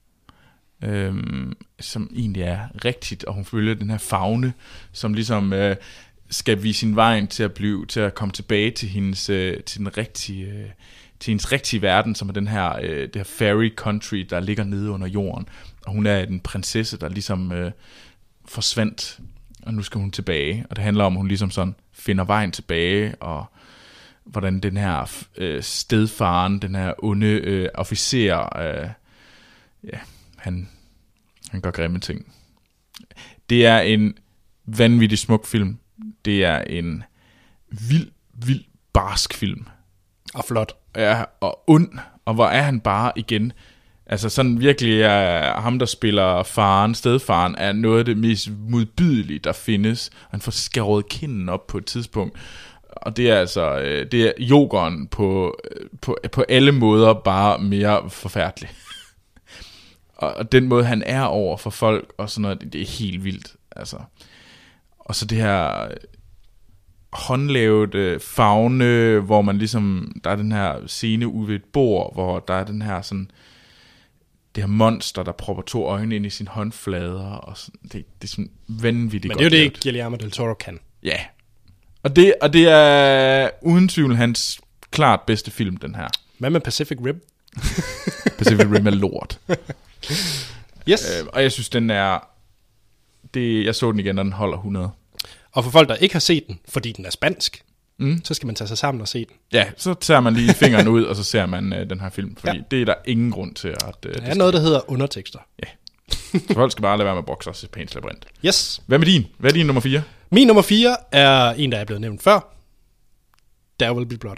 Øhm, som egentlig er rigtigt, og hun følger den her faune, som ligesom øh, skal vise sin vej til at blive, til at komme tilbage til hendes, øh, til den rigtige, øh, til hendes rigtige verden, som er den her, øh, det her fairy country, der ligger nede under jorden, og hun er en prinsesse, der ligesom øh, forsvandt, og nu skal hun tilbage, og det handler om, at hun ligesom sådan finder vejen tilbage, og hvordan den her øh, stedfaren, den her onde øh, officer, øh, ja, Han, han gør grimme ting. Det er en vanvittig smuk film. Det er en vild, vild barsk film. Og flot. Ja, og ond, Og hvor er han bare igen... Altså sådan virkelig er ham, der spiller faren, stedfaren, er noget af det mest modbydelige, der findes. Han får skåret kinden op på et tidspunkt. Og det er altså, det er jokeren på, på, på alle måder bare mere forfærdelig. Og den måde, han er over for folk og sådan noget, det er helt vildt. Altså. Og så det her håndlavet fagne, hvor man ligesom, der er den her scene ude ved et bord, hvor der er den her sådan... det her monster, der propper to øjne ind i sin håndflader, og sådan, det, det er sådan vanvittigt godt. Men det er jo det, Guillermo del Toro kan. Ja. Og det, og det er uden tvivl hans klart bedste film, den her. Hvad med Pacific Rim? Pacific Rim er lort. Yes. Øh, og jeg synes, den er... Det, jeg så den igen, og den holder hundrede. Og for folk, der ikke har set den, fordi den er spansk, mm. så skal man tage sig sammen og se den. Ja, så tager man lige fingeren ud, og så ser man øh, den her film. Fordi ja. det er der ingen grund til. At, øh, der er noget, der hedder undertekster. Ja. Så folk skal bare lade være med at bokse os i Pans Labyrint. Yes. Hvad med din? Hvad er din nummer fire? Min nummer fire er en, der er blevet nævnt før. There Will Be Blood.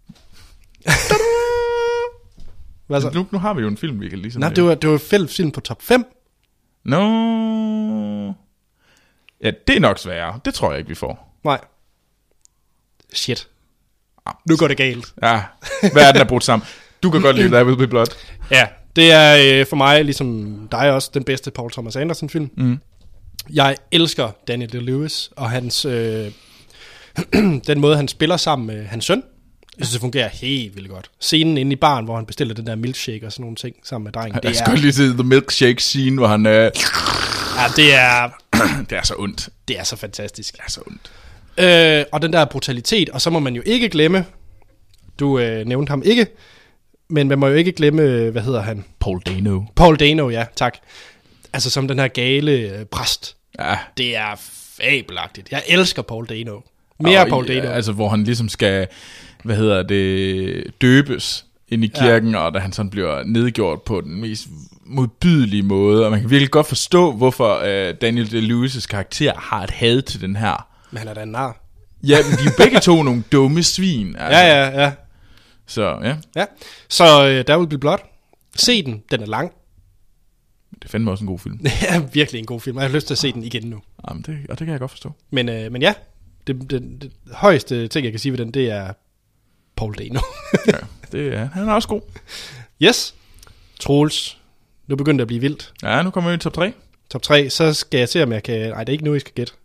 Hvad så? Nu, nu har vi jo en film, vi kan ligesom... Nej, det var, det var fælles film på top fem. Nå... No. Ja, det er nok sværere. Det tror jeg ikke, vi får. Nej. Shit. Nu går det galt. Ja, verden er brudt sammen. Du kan godt lide There Will Be Blood. Ja, det er øh, for mig, ligesom dig også, den bedste Paul Thomas Anderson-film. Mm. Jeg elsker Daniel Day-Lewis og hans, øh, den måde, han spiller sammen med hans søn. Jeg synes, det fungerer helt vildt godt. Scenen inde i baren, hvor han bestiller den der milkshake og sådan nogle ting sammen med drengen. Jeg skal lige se The Milkshake scene, hvor han... Øh... Ja, det er... det er så ondt. Det er så fantastisk. Det er så ondt. Øh, og den der brutalitet, og så må man jo ikke glemme, du øh, nævnte ham ikke, men man må jo ikke glemme, hvad hedder han? Paul Dano. Paul Dano, ja, tak. Altså som den her gale øh, præst. Ja. Det er fabelagtigt. Jeg elsker Paul Dano. Mere og, Paul Dano. Altså hvor han ligesom skal, hvad hedder det, døbes ind i kirken, ja. Og da han sådan bliver nedgjort på den mest modbydelige måde, og man kan virkelig godt forstå, hvorfor øh, Daniel Day-Lewis' karakter har et had til den her. Men han er da en nar. Ja, men de er begge to nogle dumme svin. Altså. Ja, ja, ja. Så, ja. Ja, så uh, There Will Be Blood. Se den, den er lang. Det er fandme også en god film. Det er virkelig en god film, og jeg har lyst til at se den igen nu. Jamen, det, og det kan jeg godt forstå. Men, uh, men ja, det, det, det højeste ting, jeg kan sige ved den, det er Paul Dano. Ja, det er, han er også god. Yes. Troels, nu begynder det at blive vildt. Ja, nu kommer vi i top tre. Top tre, så skal jeg se, om jeg kan... Nej, det er ikke nu, I skal gætte.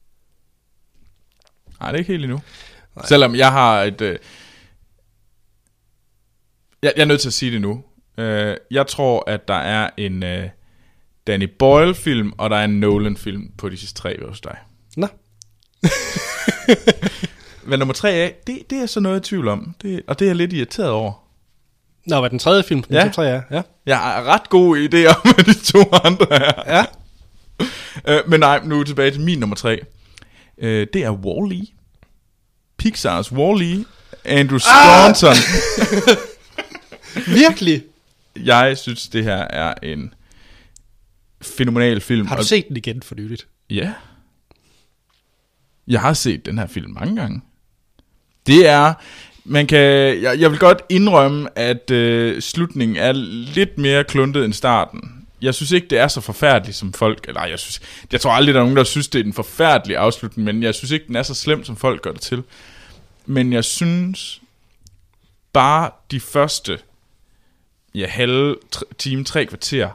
Nej, det er ikke helt endnu. Nej. Selvom jeg har et... Øh... Jeg, jeg er nødt til at sige det nu. Øh, jeg tror, at der er en øh, Danny Boyle-film, og der er en Nolan-film på de sidste tre hos dig. Nå. Men nummer tre af, det, det er så noget i tvivl om. Det, og det er jeg lidt irriteret over. Nå, hvad den tredje film på ja. top tre er? Ja. Jeg har ret gode idéer med de to andre her. Ja. øh, men nej, nu tilbage til min nummer tre. Øh, det er Wall-E. Pixars Wall-E. Andrew Staunton. Ah! Virkelig? Jeg synes, det her er en fænomenal film. Har du set den igen for nyligt? Ja. Jeg har set den her film mange gange. Det er... Man kan, jeg, jeg vil godt indrømme, at øh, slutningen er lidt mere kluntet end starten. Jeg synes ikke, det er så forfærdeligt som folk... Eller jeg synes... Jeg tror aldrig, der er nogen, der synes, det er en forfærdelig afslutning, men jeg synes ikke, den er så slem, som folk gør det til. Men jeg synes... Bare de første... Ja, halve time, tre kvarter...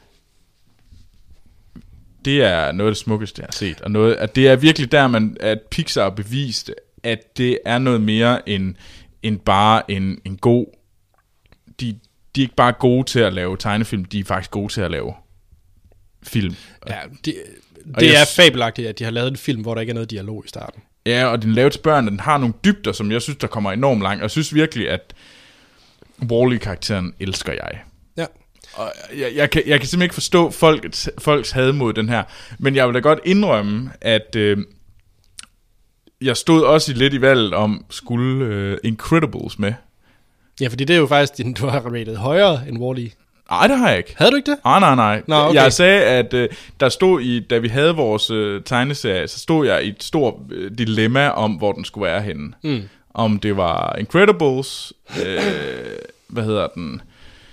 Det er noget af det smukkeste, jeg har set. Og noget, at det er virkelig der, man, at Pixar beviste, at det er noget mere end, end bare en, en god... De, de er ikke bare gode til at lave tegnefilm, de er faktisk gode til at lave film. Ja, det, det er fabelagtigt, at de har lavet en film, hvor der ikke er noget dialog i starten. Ja, og den lavet til børn, den har nogle dybder, som jeg synes, der kommer enormt langt. Og jeg synes virkelig, at Wall-E-karakteren elsker jeg. Ja. Og jeg, jeg, kan, jeg kan simpelthen ikke forstå folks, folks had mod den her. Men jeg vil da godt indrømme, at øh, jeg stod også lidt i valget om, skulle øh, Incredibles med. Ja, fordi det er jo faktisk, din, du har rated højere end Wall-E. Nej, det har jeg ikke. Havde du ikke det? Nej, nej, nej. Nå, okay. Jeg sagde, at øh, der stod i, da vi havde vores øh, tegneserie, så stod jeg i et stort øh, dilemma om, hvor den skulle være henne. Mm. Om det var Incredibles, øh, hvad hedder den,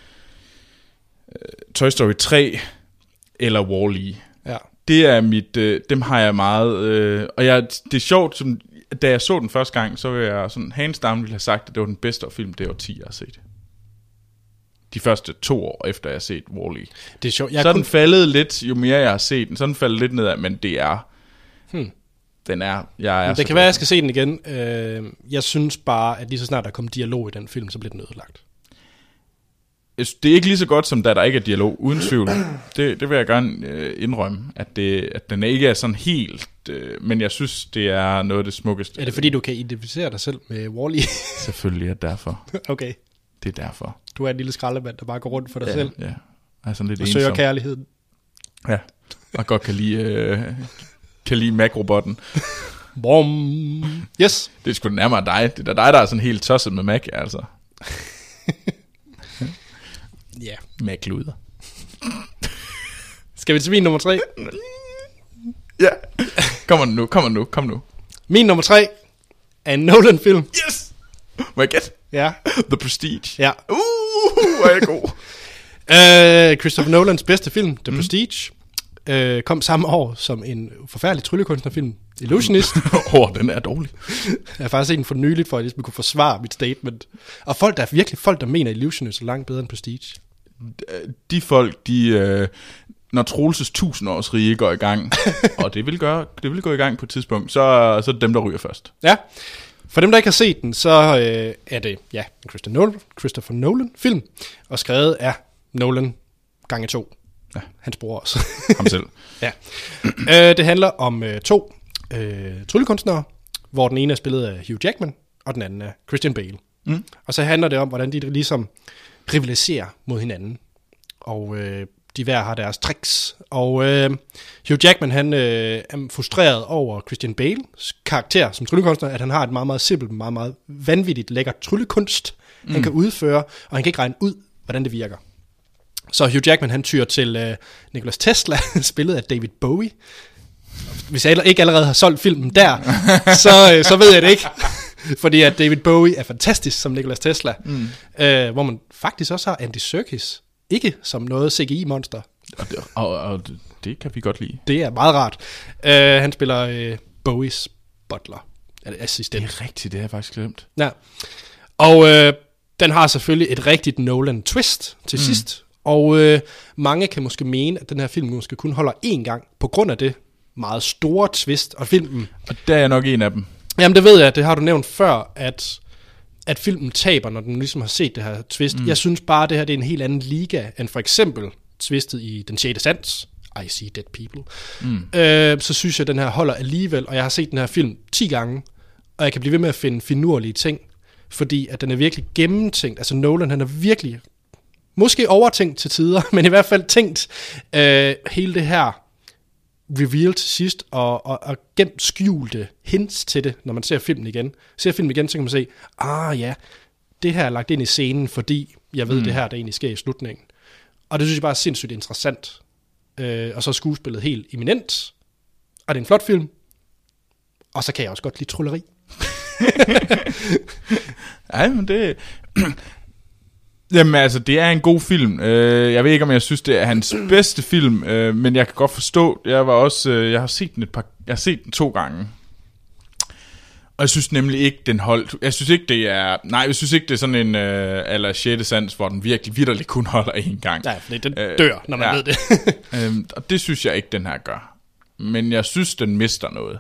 Toy Story tre eller Wall-E. Ja. Det er mit, øh, dem har jeg meget, øh, og jeg, det er sjovt, som, da jeg så den første gang, så ville jeg sådan hands down ville have sagt, at det var den bedste film, det årti, jeg har set. De første to år efter jeg har set Wall-E. Det er sjovt. Jeg så er kun... den faldet lidt, jo mere jeg har set den, så er den faldet lidt nedad, men det er, hmm. den er, jeg er Det kan være, jeg skal se den igen. Øh, jeg synes bare, at lige så snart der kommer dialog i den film, så bliver den ødelagt. Det er ikke lige så godt, som da der ikke er dialog, uden tvivl. Det, det vil jeg gerne øh, indrømme, at, det, at den ikke er sådan helt, øh, men jeg synes, det er noget af det smukkeste. Er det fordi, du kan identificere dig selv med Wall-E? Selvfølgelig er det derfor. Okay. Det er derfor. Du er en lille skraldemand, der bare går rundt for dig ja, selv. Ja, jeg er sådan lidt og ensom. søger kærligheden. Ja, og godt kan lide, øh, kan lide Mac-robotten. Bom. Yes. Det er sgu nærmere dig. Det er dig, der er sådan helt tosset med Mac, altså. Ja. Yeah. Mac-luder. Skal vi til min nummer tre? Ja. Kom on nu, kom on nu, kom nu. Min nummer tre er en Nolan-film. Yes! Må jeg gætte? Ja. The Prestige. Ja. Uh, hvor er jeg god. uh, Christopher Nolans bedste film, The mm. Prestige, uh, kom samme år som en forfærdelig tryllekunstnerfilm, Illusionist. Åh, oh, den er dårlig. Jeg har faktisk set den for nyligt, for at jeg ligesom kunne forsvare mit statement. Og folk, der er virkelig folk, der mener, Illusionist er langt bedre end Prestige. De folk, de... Øh, når Troelses tusindårsrige går i gang, og det vil, gøre, det vil gå i gang på et tidspunkt, så, så er det dem, der ryger først. Ja. For dem, der ikke har set den, så øh, er det ja, en Christopher Nolan, Christopher Nolan-film, og skrevet af Nolan gange to. Ja. Hans bror også. Ham selv. Ja. øh, det handler om øh, to øh, tryllekunstnere, hvor den ene er spillet af Hugh Jackman, og den anden er Christian Bale. Mm. Og så handler det om, hvordan de ligesom rivaliserer mod hinanden. Og øh, de hver har deres tricks. Og øh, Hugh Jackman, han øh, er frustreret over Christian Bales karakter som tryllekunstner, at han har et meget, meget simpelt, meget, meget vanvittigt lækkert tryllekunst, mm. han kan udføre, og han kan ikke regne ud, hvordan det virker. Så Hugh Jackman, han tyr til øh, Nicholas Tesla, spillet af David Bowie. Hvis jeg ikke allerede har solgt filmen der, så, øh, så ved jeg det ikke. Fordi at David Bowie er fantastisk som Nicholas Tesla. Mm. Øh, hvor man faktisk også har Andy Serkis. Ikke som noget C G I-monster. Og det, og, og det, det kan vi godt lide. Det er meget rart. Øh, han spiller øh, Bowies butler. Eller assistent. Det er rigtigt, det har jeg faktisk glemt. Ja. Og øh, den har selvfølgelig et rigtigt Nolan-twist til mm. sidst. Og øh, mange kan måske mene, at den her film måske kun holder én gang, på grund af det meget store twist. Og filmen... Og der er jeg nok en af dem. Jamen det ved jeg, det har du nævnt før, at, at filmen taber, når den ligesom har set det her twist. Mm. Jeg synes bare, at det her det er en helt anden liga, end for eksempel twistet i Den sjette sans, I See Dead People. Mm. Øh, så synes jeg, at den her holder alligevel, og jeg har set den her film ti gange, og jeg kan blive ved med at finde finurlige ting, fordi at den er virkelig gennemtænkt. Altså Nolan, han er virkelig, måske overtænkt til tider, men i hvert fald tænkt øh, hele det her reveal til sidst, og, og, og gemt skjulte hints til det, når man ser filmen igen. Ser filmen igen, så kan man se, ah ja, det her er lagt ind i scenen, fordi jeg ved, mm. det her, der egentlig sker i slutningen. Og det synes jeg bare er sindssygt interessant. Øh, og så er skuespillet helt eminent, og det er en flot film, og så kan jeg også godt lide trylleri. Ej, men det... Jamen altså, det er en god film. Uh, jeg ved ikke, om jeg synes, det er hans bedste film, uh, men jeg kan godt forstå, jeg var også, uh, jeg har set den et par, jeg har set den to gange. Og jeg synes nemlig ikke, den holdt. Jeg synes ikke, det er, nej, jeg synes ikke, det er sådan en uh, eller sjette sans, hvor den virkelig vitterligt kun holder en gang. Nej, fordi den dør, når man ja. ved det. uh, og det synes jeg ikke, den her gør. Men jeg synes, den mister noget.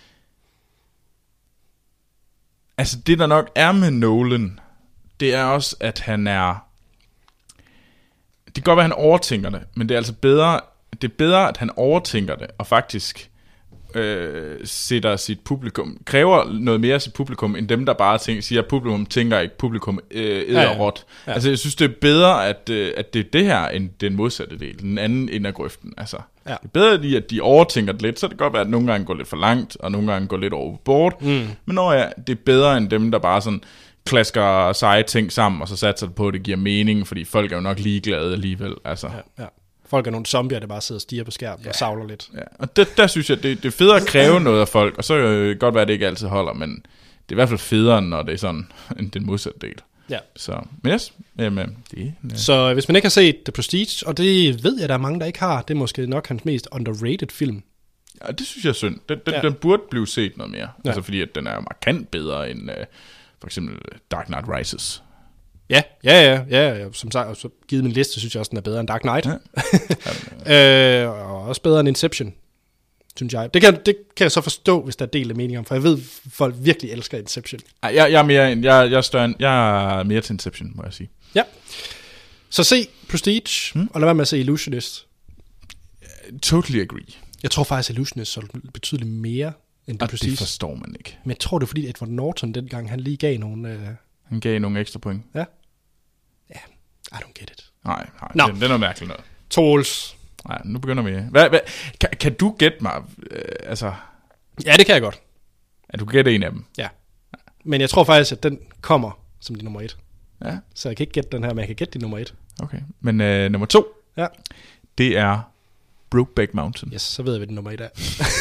Altså, det der nok er med Nolan, det er også, at han er... Det kan godt være, at han overtænker det, men det er altså bedre, det er bedre, at han overtænker det, og faktisk øh, sætter sit publikum, kræver noget mere af sit publikum, end dem, der bare tænker, siger, at publikum tænker ikke, publikum øh, æder ja, ja. råt. Ja. Altså, jeg synes, det er bedre, at, øh, at det er det her, end den modsatte del, den anden ende af grøften. Altså, ja. Det er bedre lige, at de overtænker det lidt, så det kan godt være, at nogle gange går lidt for langt, og nogle gange går lidt overbord, mm. men når ja, det er bedre, end dem, der bare sådan... klasker seje ting sammen, og så satser det på, at det giver mening, fordi folk er jo nok ligeglade alligevel. Altså. Ja, ja. Folk er nogle zombier, der bare sidder og stiger på skærmen ja. og savler lidt. Ja. Og det, der synes jeg, det, det er federe at kræve noget af folk, og så kan det godt være, at det ikke altid holder, men det er i hvert fald federe, når det er sådan, end den modsatte del. Ja. Så, men yes, jamen, det ja. Så hvis man ikke har set The Prestige, og det ved jeg, der er mange, der ikke har, det er måske nok hans mest underrated film. Ja, det synes jeg er synd. Den, den, ja. den burde blive set noget mere. Ja. Altså fordi, at den er markant bedre end uh, for eksempel Dark Knight Rises. Ja, ja, ja, ja, ja. Som sagt, så givet min liste, synes jeg også, den er bedre end Dark Knight. Ja. øh, og også bedre end Inception, synes jeg. Det kan, det kan jeg så forstå, hvis der er del af mening om, for jeg ved, folk virkelig elsker Inception. Ej, jeg, jeg, er mere, jeg, jeg, er større, jeg er mere til Inception, må jeg sige. Ja. Så se Prestige, hmm? og lad være med at se Illusionist. Totally agree. Jeg tror faktisk, Illusionist så betydeligt mere end The Prestige. Det forstår man ikke. Men jeg tror, det er fordi Edward Norton dengang, han lige gav nogle... Øh... Han gav nogle ekstra point. Ja. Ja, I don't get it. Nej, nej no. det, det er noget mærkeligt noget. Tools. Nej, nu begynder vi. Hvad, hvad, kan, kan du gætte mig? Øh, altså... Ja, det kan jeg godt. Er du gætte en af dem? Ja. Men jeg tror faktisk, at den kommer som din nummer et. Ja. Så jeg kan ikke gætte den her, men jeg kan gætte din nummer et. Okay. Men øh, nummer to, ja. det er Brokeback Mountain. Yes, så ved jeg, hvad din nummer et er.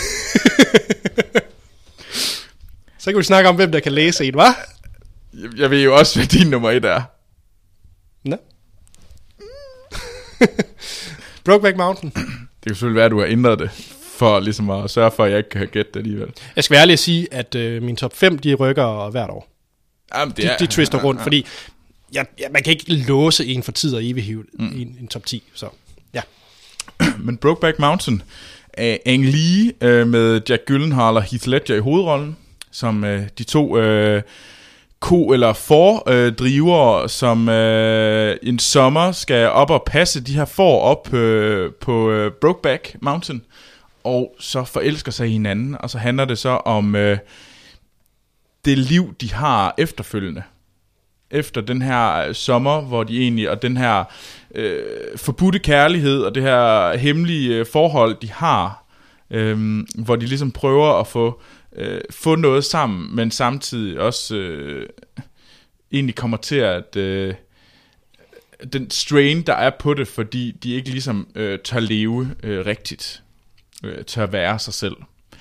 Så kan vi snakke om, hvem der kan læse en, hva'? Jeg, jeg ved jo også, hvad din nummer et er. Nå. Brokeback Mountain. Det kan selvfølgelig være, at du har ændret det, for ligesom at sørge for, at jeg ikke kan gætte det alligevel. Jeg skal være ærlig at sige, at øh, min top fem, de rykker hvert år. Jamen, det de, er, de twister ja, rundt, ja. fordi ja, ja, man kan ikke låse en for tid og evighed mm. i en, en top ti. Så ja. Men Brokeback Mountain er Ang Lee øh, med Jack Gyllenhaal og Heath Ledger i hovedrollen, som øh, de to øh, ko- eller får-drivere, øh, som øh, en sommer skal op og passe de her får op øh, på øh, Brokeback Mountain, og så forelsker sig i hinanden, og så handler det så om øh, det liv, de har efterfølgende. Efter den her sommer, hvor de egentlig, og den her øh, forbudte kærlighed, og det her hemmelige øh, forhold, de har, øh, hvor de ligesom prøver at få, øh, få noget sammen, men samtidig også øh, egentlig kommer til at, øh, den strain, der er på det, fordi de ikke ligesom øh, tør leve øh, rigtigt, øh, tør være sig selv.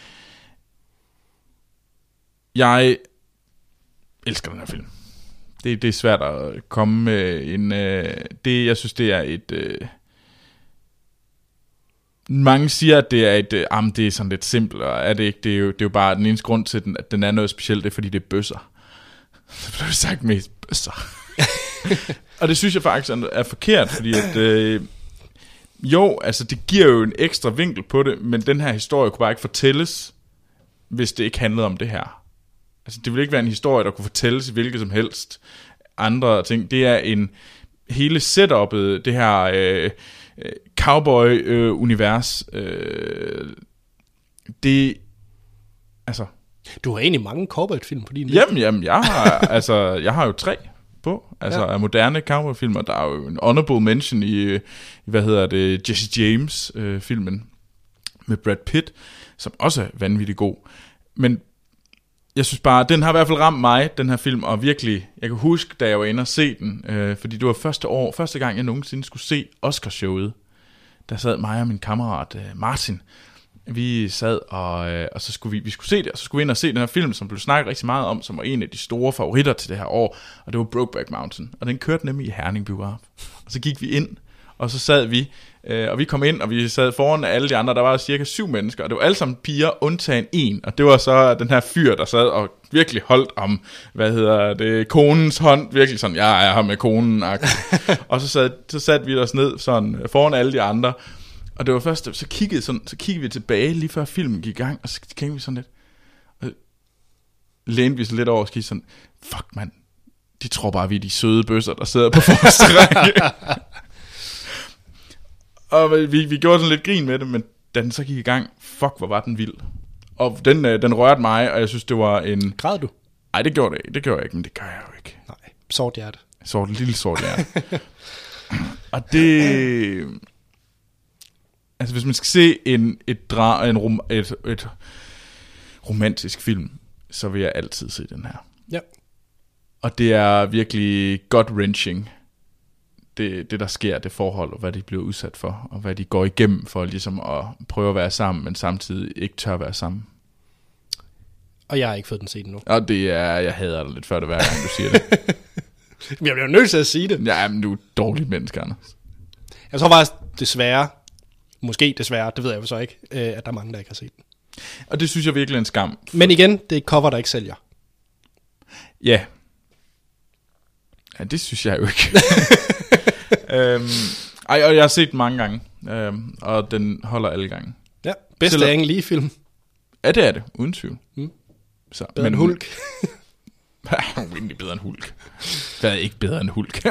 Jeg elsker den her film. Det, det er svært at komme med en... Øh, det, jeg synes, det er et... Øh, mange siger, at det er et... Øh, jamen, det er sådan lidt simpelt, og er det ikke? Det er jo, det er jo bare den eneste grund til, den, at den er noget specielt, det er, fordi det er bøsser. Så bliver det sagt mest bøsser. Og det synes jeg faktisk er forkert, fordi at... Øh, jo, altså, det giver jo en ekstra vinkel på det, men den her historie kunne bare ikke fortælles, hvis det ikke handlede om det her. Altså, det vil ikke være en historie, der kunne fortælles i hvilket som helst andre ting. Det er en hele setup'et, det her øh, cowboy-univers. Øh, det, altså... Du har egentlig mange cowboy-film på din liste. Jamen, jamen, jeg har, altså, jeg har jo tre på. Altså, ja. af moderne cowboy-filmer. Der er jo en honorable mention i, i hvad hedder det, Jesse James-filmen øh, med Brad Pitt, som også er vanvittigt god. Men jeg synes bare, den har i hvert fald ramt mig, den her film, og virkelig, jeg kan huske, da jeg var inde og se den, øh, fordi det var første år, første gang, jeg nogensinde skulle se Oscarshowet. Der sad mig og min kammerat øh, Martin, vi sad, og, øh, og så skulle vi, vi skulle se det, og så skulle vi ind og se den her film, som blev snakket rigtig meget om, som var en af de store favoritter til det her år, og det var Brokeback Mountain, og den kørte nemlig i Herning Biograf. Og så gik vi ind, og så sad vi, øh, og vi kom ind, og vi sad foran alle de andre, der var cirka syv mennesker, og det var alle sammen piger, undtagen en, og det var så den her fyr, der sad og virkelig holdt om, hvad hedder det, konens hånd, virkelig sådan, ja, jeg har med konen, og så, sad, så satte vi os ned sådan foran alle de andre, og det var først, så kiggede, sådan, så kiggede vi tilbage, lige før filmen gik i gang, og så kiggede vi sådan lidt, og lænede vi så lidt over og kiggede sådan, fuck mand, de tror bare, vi er de søde bøsser, der sidder på forreste række. Og vi, vi gjorde sådan lidt grin med det, men da den så gik i gang, fuck, hvor var den vild. Og den, den rørte mig, og jeg synes, det var en... Græd du? Nej, det gjorde det ikke, det gjorde jeg ikke, men det gør jeg jo ikke. Nej, sort hjerte. Sort, lille sort hjerte. Og det... Altså, hvis man skal se en, et, dra, en rom, et, et romantisk film, så vil jeg altid se den her. Ja. Og det er virkelig gut-wrenching. Det, det der sker, det forhold, og hvad de bliver udsat for, og hvad de går igennem for ligesom at prøve at være sammen, men samtidig ikke tør være sammen. Og jeg har ikke fået den set endnu. Og det er, jeg hader det lidt før det hver gang, du siger det. Men jeg bliver nødt til at sige det. Ja, men du er et dårligt menneske, Anders. Jeg tror faktisk, desværre, måske desværre, det ved jeg jo så ikke, øh, at der er mange, der ikke har set den. Og det synes jeg virkelig er en skam. Men igen, det er et cover, der ikke sælger. Ja. Ja, det synes jeg jo ikke. øhm, ej, og jeg har set den mange gange, øhm, og den holder alle gange. Ja, bedste Selvom- Ang Lee-film. Ja, det er det, uden tvivl. Mm. Så, Bedre end Hulk. Egentlig bedre end Hulk. Hvad er ikke bedre end Hulk?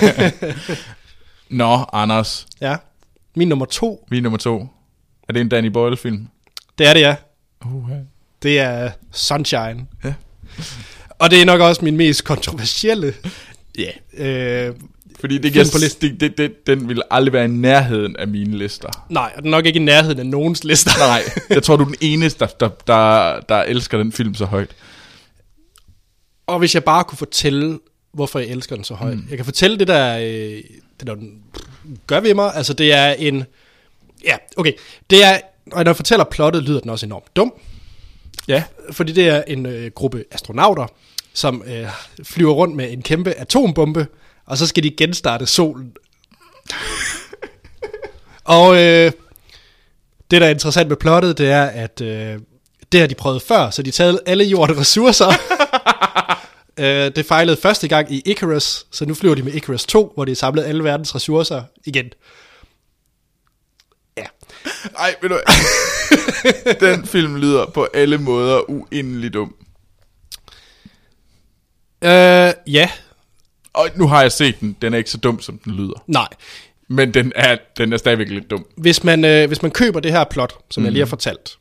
Nå, Anders. Ja. Min nummer to. Min nummer to. Er det en Danny Boyle-film? Det er det, ja. Uh-huh. Det er Sunshine. Ja. Og det er nok også min mest kontroversielle. Ja. Yeah. Øh, Fordi det, film giver, på listen. det, det, det, den vil aldrig være i nærheden af mine lister. Nej, og den er nok ikke i nærheden af nogens lister. Nej, jeg tror, du er den eneste, der, der, der, der elsker den film så højt. Og hvis jeg bare kunne fortælle, hvorfor jeg elsker den så højt. Mm. Jeg kan fortælle det, der, øh, det der den gør ved mig. Altså, det er en... Ja, okay. Det er... Og når jeg fortæller plottet, lyder den også enormt dum. Ja. Fordi det er en øh, gruppe astronauter, som øh, flyver rundt med en kæmpe atombombe, og så skal de genstarte solen. Og øh, det, der er interessant med plottet, det er, at øh, det har de prøvet før, så de taget alle jordens ressourcer. øh, det fejlede første gang i Icarus, så nu flyver de med Icarus to, hvor de samlede alle verdens ressourcer igen. Ja. Ej, ved du den film lyder på alle måder uendelig dum. Øh, ja. Og nu har jeg set den. Den er ikke så dum, som den lyder. Nej. Men den er, den er stadigvæk lidt dum. Hvis man, øh, hvis man køber det her plot, som mm. jeg lige har fortalt,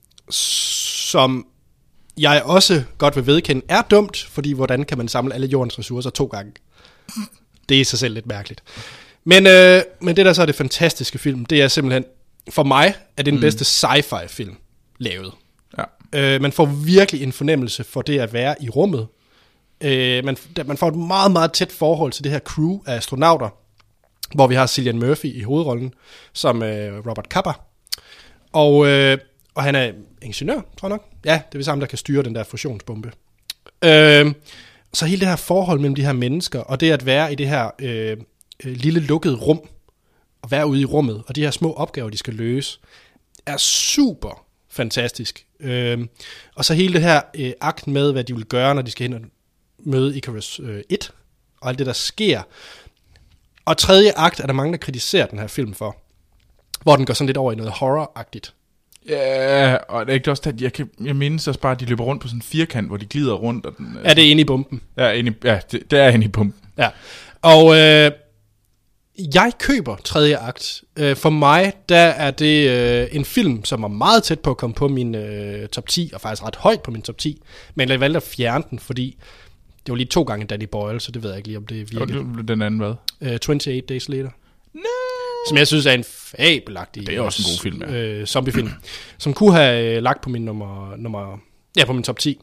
som jeg også godt vil vedkende, er dumt, fordi hvordan kan man samle alle jordens ressourcer to gange? Det er i sig selv lidt mærkeligt. Men, øh, men det der så er det fantastiske film, det er simpelthen, for mig, er det den mm. bedste sci-fi film lavet. Ja. Øh, man får virkelig en fornemmelse for det at være i rummet. Øh, man, man får et meget, meget tæt forhold til det her crew af astronauter, hvor vi har Cillian Murphy i hovedrollen, som øh, Robert Capa. Og, øh, og han er ingeniør, tror jeg nok. Ja, det er vist ham, der kan styre den der fusionsbombe. Øh, så hele det her forhold mellem de her mennesker, og det at være i det her øh, øh, lille lukkede rum, og være ude i rummet, og de her små opgaver, de skal løse, er super fantastisk. Øh, og så hele det her øh, akt med, hvad de vil gøre, når de skal hen og møde Icarus øh, et, og alt det, der sker. Og tredje akt er der mange, der kritiserer den her film for, hvor den går sådan lidt over i noget horror-agtigt. Ja, og det er ikke også, at jeg, kan, jeg mindes også bare, at de løber rundt på sådan en firkant, hvor de glider rundt. Og den, Er det inde i bomben? Ja, inde i, ja det, det er inde i bomben. Ja, og øh, jeg køber tredje akt. Øh, for mig, der er det øh, en film, som er meget tæt på at komme på min øh, top ti, og faktisk ret højt på min top ti, men jeg valgte at fjerne den, fordi det var lige to gange Danny Boyle, så det ved jeg ikke lige, om det virker. Og den anden hvad? Uh, otteogtyve Days Later. No. Som jeg synes er en fabelagtig det er også en god film, ja. øh, zombiefilm, som kunne have øh, lagt på min nummer, nummer ja, på min top ti.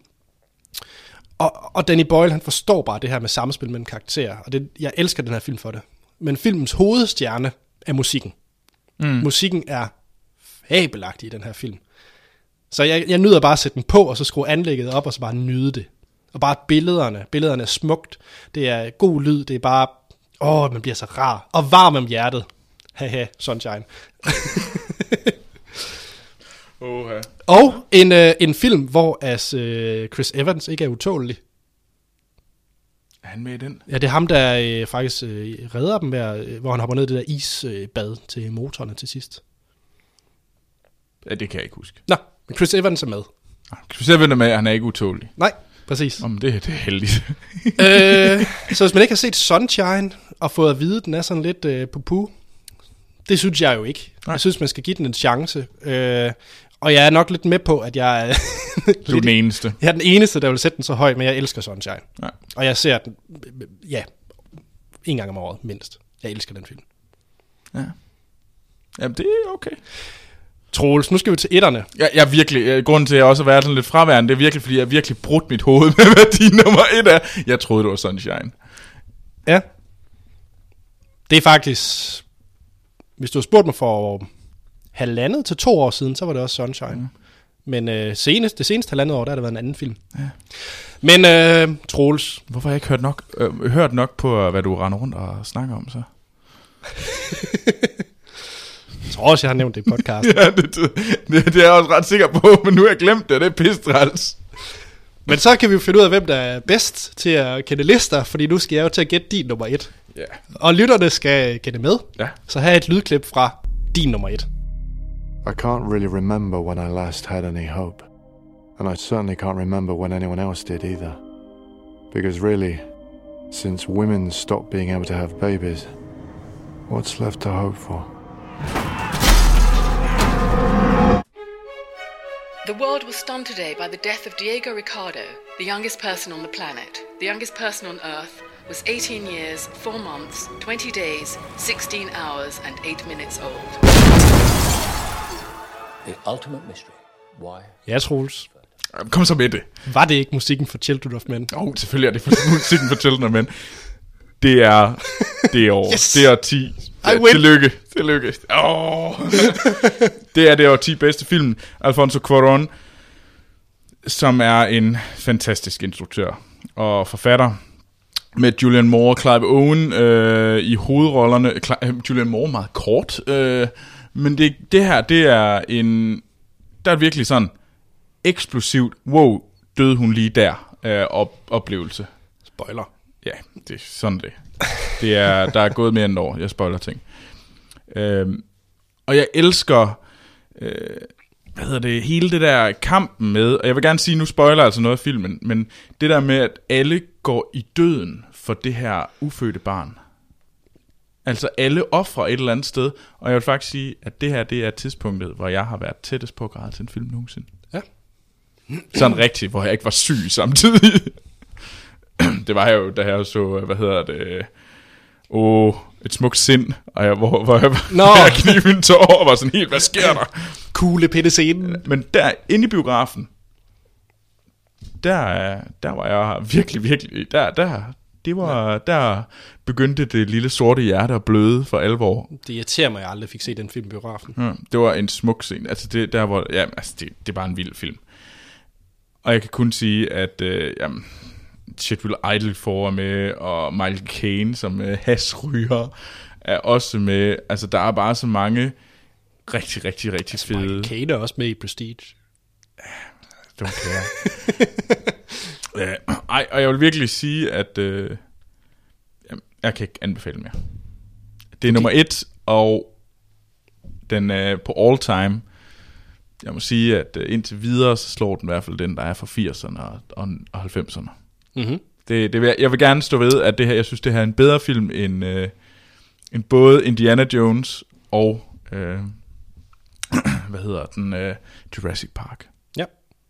Og, og Danny Boyle, han forstår bare det her med samspil mellem karakterer, og det, jeg elsker den her film for det. Men filmens hovedstjerne er musikken. Mm. Musikken er fabelagtig i den her film. Så jeg, jeg nyder bare at sætte den på, og så skrue anlægget op, og så bare nyde det. Og bare billederne, billederne er smukt, det er god lyd, det er bare, åh, man bliver så rar, og varm om hjertet. Haha, Sunshine. Oha. Og en, øh, en film, hvor as, øh, Chris Evans ikke er utålelig. Er han med i den? Ja, det er ham, der øh, faktisk øh, redder dem, med, øh, hvor han hopper ned i det der isbad øh, til motorerne til sidst. Ja, det kan jeg ikke huske. Nå, men Chris Evans er med. Chris Evans er med, han er ikke utålig. Nej, præcis. Om det, det er heldigt. øh, så hvis man ikke har set Sunshine, og fået at vide, at den er sådan lidt øh, pupu, det synes jeg jo ikke. Nej. Jeg synes, man skal give den en chance. Øh, og jeg er nok lidt med på, at jeg er... Du er den eneste. Jeg er den eneste, der vil sætte den så højt, men jeg elsker Sunshine. Ja. Og jeg ser den, ja, en gang om året mindst. Jeg elsker den film. Ja. Jamen, det er okay. Troels, nu skal vi til etterne. Jeg, jeg er virkelig, grunden til, at jeg også har været sådan lidt fraværende, det er virkelig, fordi jeg har virkelig brudt mit hoved med, hvad din nummer et er. Jeg troede, det var Sunshine. Ja. Det er faktisk... Hvis du har spurgt mig for halvandet til to år siden, så var det også Sunshine. Mm. Men øh, senest, det seneste halvandet år, der har det været en anden film. Ja. Men øh, Troels... Hvorfor har jeg ikke hørt nok, øh, hørt nok på, hvad du render rundt og snakker om, så? Jeg tror også, jeg har nævnt det i podcasten. Ja, det, det, det er jeg også ret sikker på, men nu har jeg glemt det, det er pistræls. Men så kan vi jo finde ud af, hvem der er bedst til at kende lister, fordi nu skal jeg jo til at gætte din nummer et. Ja. Og lytterne skal kende med. Ja. Så her er et lydklip fra din nummer et. I can't really remember when I last had any hope. And I certainly can't remember when anyone else did either. Because really, since women stopped being able to have babies, what's left to hope for? The world was stunned today by the death of Diego Ricardo, the youngest person on the planet. The youngest person on Earth was eighteen years, four months, twenty days, sixteen hours and eight minutes old. The ultimate mystery. Why? Ja, Troels. Kom så med det. Var det ikke musikken for Children of Men? Åh, oh, selvfølgelig er det for musikken for Children of Men. Det er det år. Yes. Det er ti. Ja, tillykke. Tillykke. Oh. Det er det år ti bedste film. Alfonso Cuarón, som er en fantastisk instruktør og forfatter. Med Julianne Moore og Clive Owen øh, i hovedrollerne. Cl- Julianne Moore meget kort. Øh, men det, det her, det er en... Der er virkelig sådan eksplosivt, wow, døde hun lige der, øh, op, oplevelse. Spoiler. Ja, det er sådan det. Det er, der er gået mere end et år, jeg spoiler ting. Øhm, og jeg elsker, øh, hvad hedder det, hele det der kampen med, og jeg vil gerne sige, nu spoiler altså noget af filmen, men det der med, at alle går i døden for det her ufødte barn. Altså alle offrer et eller andet sted, og jeg vil faktisk sige, at det her, det er tidspunktet, hvor jeg har været tættest på at græde til en film nogensinde. Ja. Sådan rigtigt, hvor jeg ikke var syg samtidig. Det var jeg jo, da jeg så, hvad hedder det, åh, et smukt sind, og jeg, hvor, hvor jeg var kniven tår, og var sådan helt, hvad sker der? Kuglepitte scenen. Men der, inde i biografen, der, der var jeg virkelig, virkelig, der, der, det var, ja. Der begyndte det lille sorte hjerte at bløde for alvor. Det irriterer mig, at jeg aldrig fik set den film i biografen. Ja, det var en smuk scene, altså det, der hvor, ja, altså det, det er bare en vild film. Og jeg kan kun sige, at, øh, jamen, Chetwell Idlefor er med, og Michael Caine som øh, hasryger er også med. Altså der er bare så mange rigtig, rigtig, rigtig altså, fede. Michael Caine er også med i Prestige. Don't care. øh, ej, og jeg vil virkelig sige, at øh, jeg kan ikke anbefale mere. Det er okay. Nummer et, og den er på all time. Jeg må sige, at øh, indtil videre, så slår den i hvert fald den, der er fra firserne og, og, og halvfemserne. Mm-hmm. Det, det vil jeg, jeg vil gerne stå ved, at det her, jeg synes, det her er en bedre film end, øh, end både Indiana Jones og øh, hvad hedder den, øh, Jurassic Park. Ja.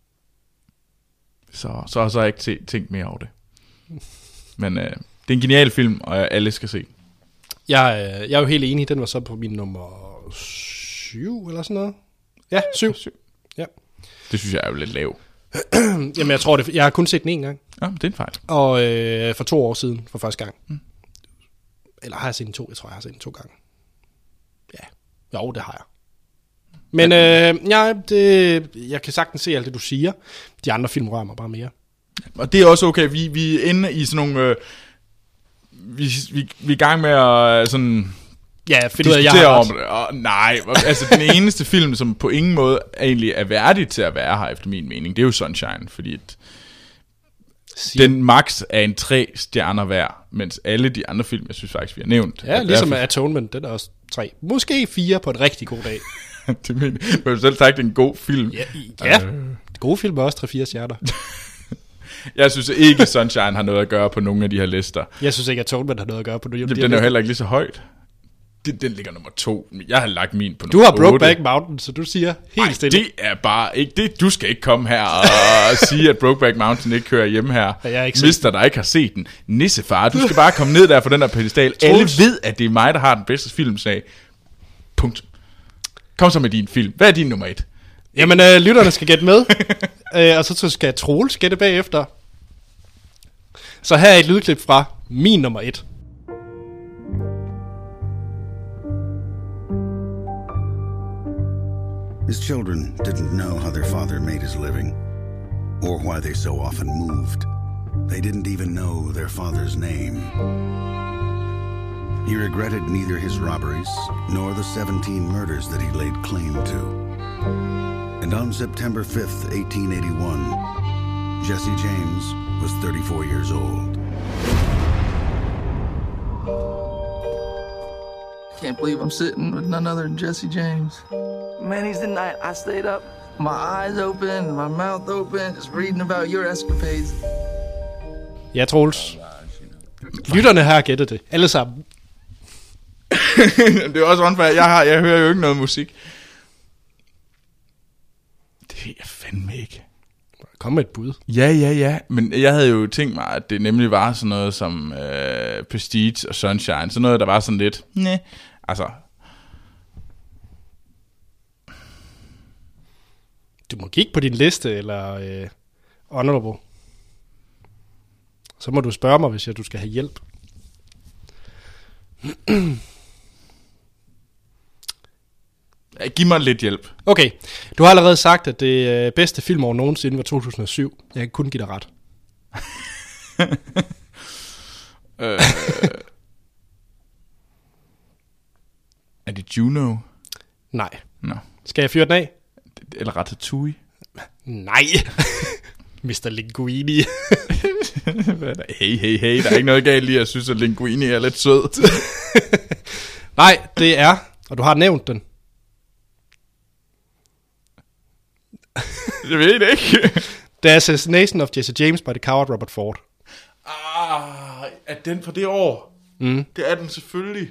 Så, så, så har jeg ikke t- tænkt mere over det. Men øh, det er en genial film, og alle skal se. Jeg, jeg er jo helt enig, den var så på min nummer syv eller sådan noget. Ja, syv. syv. Ja. Det synes jeg er jo lidt lav. Jamen jeg tror det, jeg har kun set den en gang. Ja, det er en fejl. Og øh, for to år siden, for første gang. Mm. Eller har jeg set den to? Jeg tror jeg har set den to gange. Ja, jo det har jeg. Men øh, ja, det, jeg kan sagtens se alt det du siger. De andre film rører mig bare mere. Og det er også okay, vi, vi er inde i sådan nogle, øh, vi, vi, vi er i gang med at sådan... Ja, fordi diskutere jeg om det. Oh, nej, altså den eneste film, som på ingen måde egentlig er værdig til at være her, efter min mening, det er jo Sunshine, fordi et, den max er en tre stjerner hver, mens alle de andre film, jeg synes faktisk, vi har nævnt. Ja, ligesom for... Atonement, den er også tre. Måske fire på en rigtig god dag. Det mener du har jo selv sagt, det er en god film. Ja, ja. Øh. Gode film er også tre fire stjerner. Jeg synes ikke, Sunshine har noget at gøre på nogle af de her lister. Jeg synes ikke, Atonement har noget at gøre på nogle af de her lister. Den er jo heller ikke lige så højt. Den, den ligger nummer to. Jeg har lagt min på nummer Du har Brokeback Mountain, så du siger helt Ej, stille. det er bare ikke det. Du skal ikke komme her og sige, at Brokeback Mountain ikke kører hjemme her. Ja, jeg ikke Mister, der ikke har set den. Nissefar, du skal bare komme ned der for den der pedestal. Alle ved, at det er mig, der har den bedste filmsag. Punkt. Kom så med din film. Hvad er din nummer et? Jamen, øh, lytterne skal gætte med. øh, og så skal Troels gætte bagefter. Så her er et lydklip fra min nummer et. His children didn't know how their father made his living, or why they so often moved. They didn't even know their father's name. He regretted neither his robberies nor the seventeen murders that he laid claim to. And on September fifth, eighteen eighty-one, Jesse James was thirty-four years old. Can't believe I'm sitting with none other than Jesse James. Many's the night I stayed up, my eyes open and my mouth open, just reading about your escapades. Ja, Troels. Lytterne har gættet det. Alle sammen. Det er også unfair. Jeg, har, jeg hører jo ikke noget musik. Det ved jeg fandme ikke. Kom med et bud. Ja, ja, ja. Men jeg havde jo tænkt mig, at det nemlig var sådan noget som øh, Prestige og Sunshine. Sådan noget, der var sådan lidt... Næh. Altså... Du må kigge på din liste, eller øh, honorable. Så må du spørge mig, hvis jeg, du skal have hjælp. Giv mig lidt hjælp. Okay, du har allerede sagt, at det øh, bedste filmår nogensinde var to tusind og syv. Jeg kan kun give dig ret. øh, er det Juno? Nej. No. Skal jeg fyre den af? Eller Ratatouille? Nej. mister Linguini. hey, hey, hey. Der er ikke noget galt i, at jeg synes, at Linguini er lidt sød. Nej, det er, og du har nævnt den. Jeg ved det ikke. The Assassination of Jesse James by the Coward Robert Ford. Ah, er den fra det år? Mm. Det er den selvfølgelig.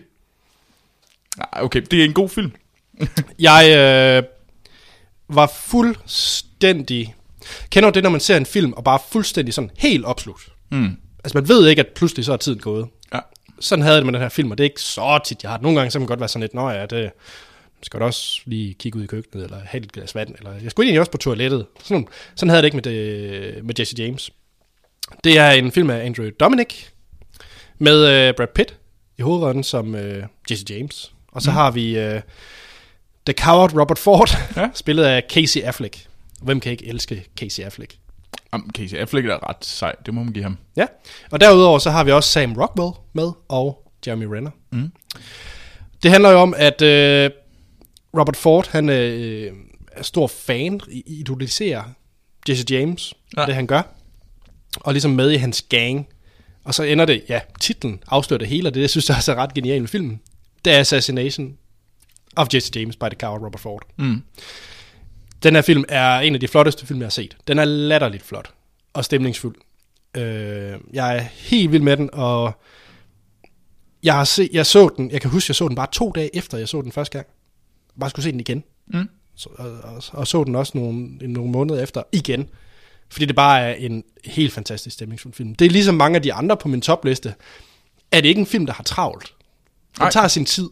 Ah, okay, det er en god film. Jeg øh, var fuldstændig... Kender du det, når man ser en film, og bare fuldstændig sådan helt opslugt? Mm. Altså man ved ikke, at pludselig så er tiden gået. Ja. Sådan havde det med den her film, og det er ikke så tit, jeg har det. Nogle gange så kan man godt være sådan lidt, nå ja, det... skal du også lige kigge ud i køkkenet, eller have et glas vand, eller jeg skulle egentlig også på toilettet. Sådan, sådan havde det ikke med, det, med Jesse James. Det er en film af Andrew Dominik, med uh, Brad Pitt i hovedrollen som uh, Jesse James. Og så mm. har vi uh, The Coward Robert Ford, ja. spillet af Casey Affleck. Hvem kan ikke elske Casey Affleck? Um, Casey Affleck er ret sej, det må man give ham. Ja, og derudover så har vi også Sam Rockwell med, og Jeremy Renner. Mm. Det handler jo om, at... Uh, Robert Ford, han øh, er stor fan, idoliserer Jesse James, ja. det han gør, og ligesom med i hans gang. Og så ender det, ja, titlen afslører det hele, og det jeg synes jeg også er ret genialt med filmen. The Assassination of Jesse James by the Coward Robert Ford. Mm. Den her film er en af de flotteste film, jeg har set. Den er latterligt flot og stemningsfuld. Øh, jeg er helt vild med den, og jeg, har set, jeg så den, jeg kan huske, jeg så den bare to dage efter, jeg så den første gang. Bare skulle se den igen. Mm. Så, og, og, og så den også nogle, nogle måneder efter igen. Fordi det bare er en helt fantastisk stemningsfuld film. Det er ligesom mange af de andre på min topliste. Er det ikke en film, der har travlt? Den tager sin tid.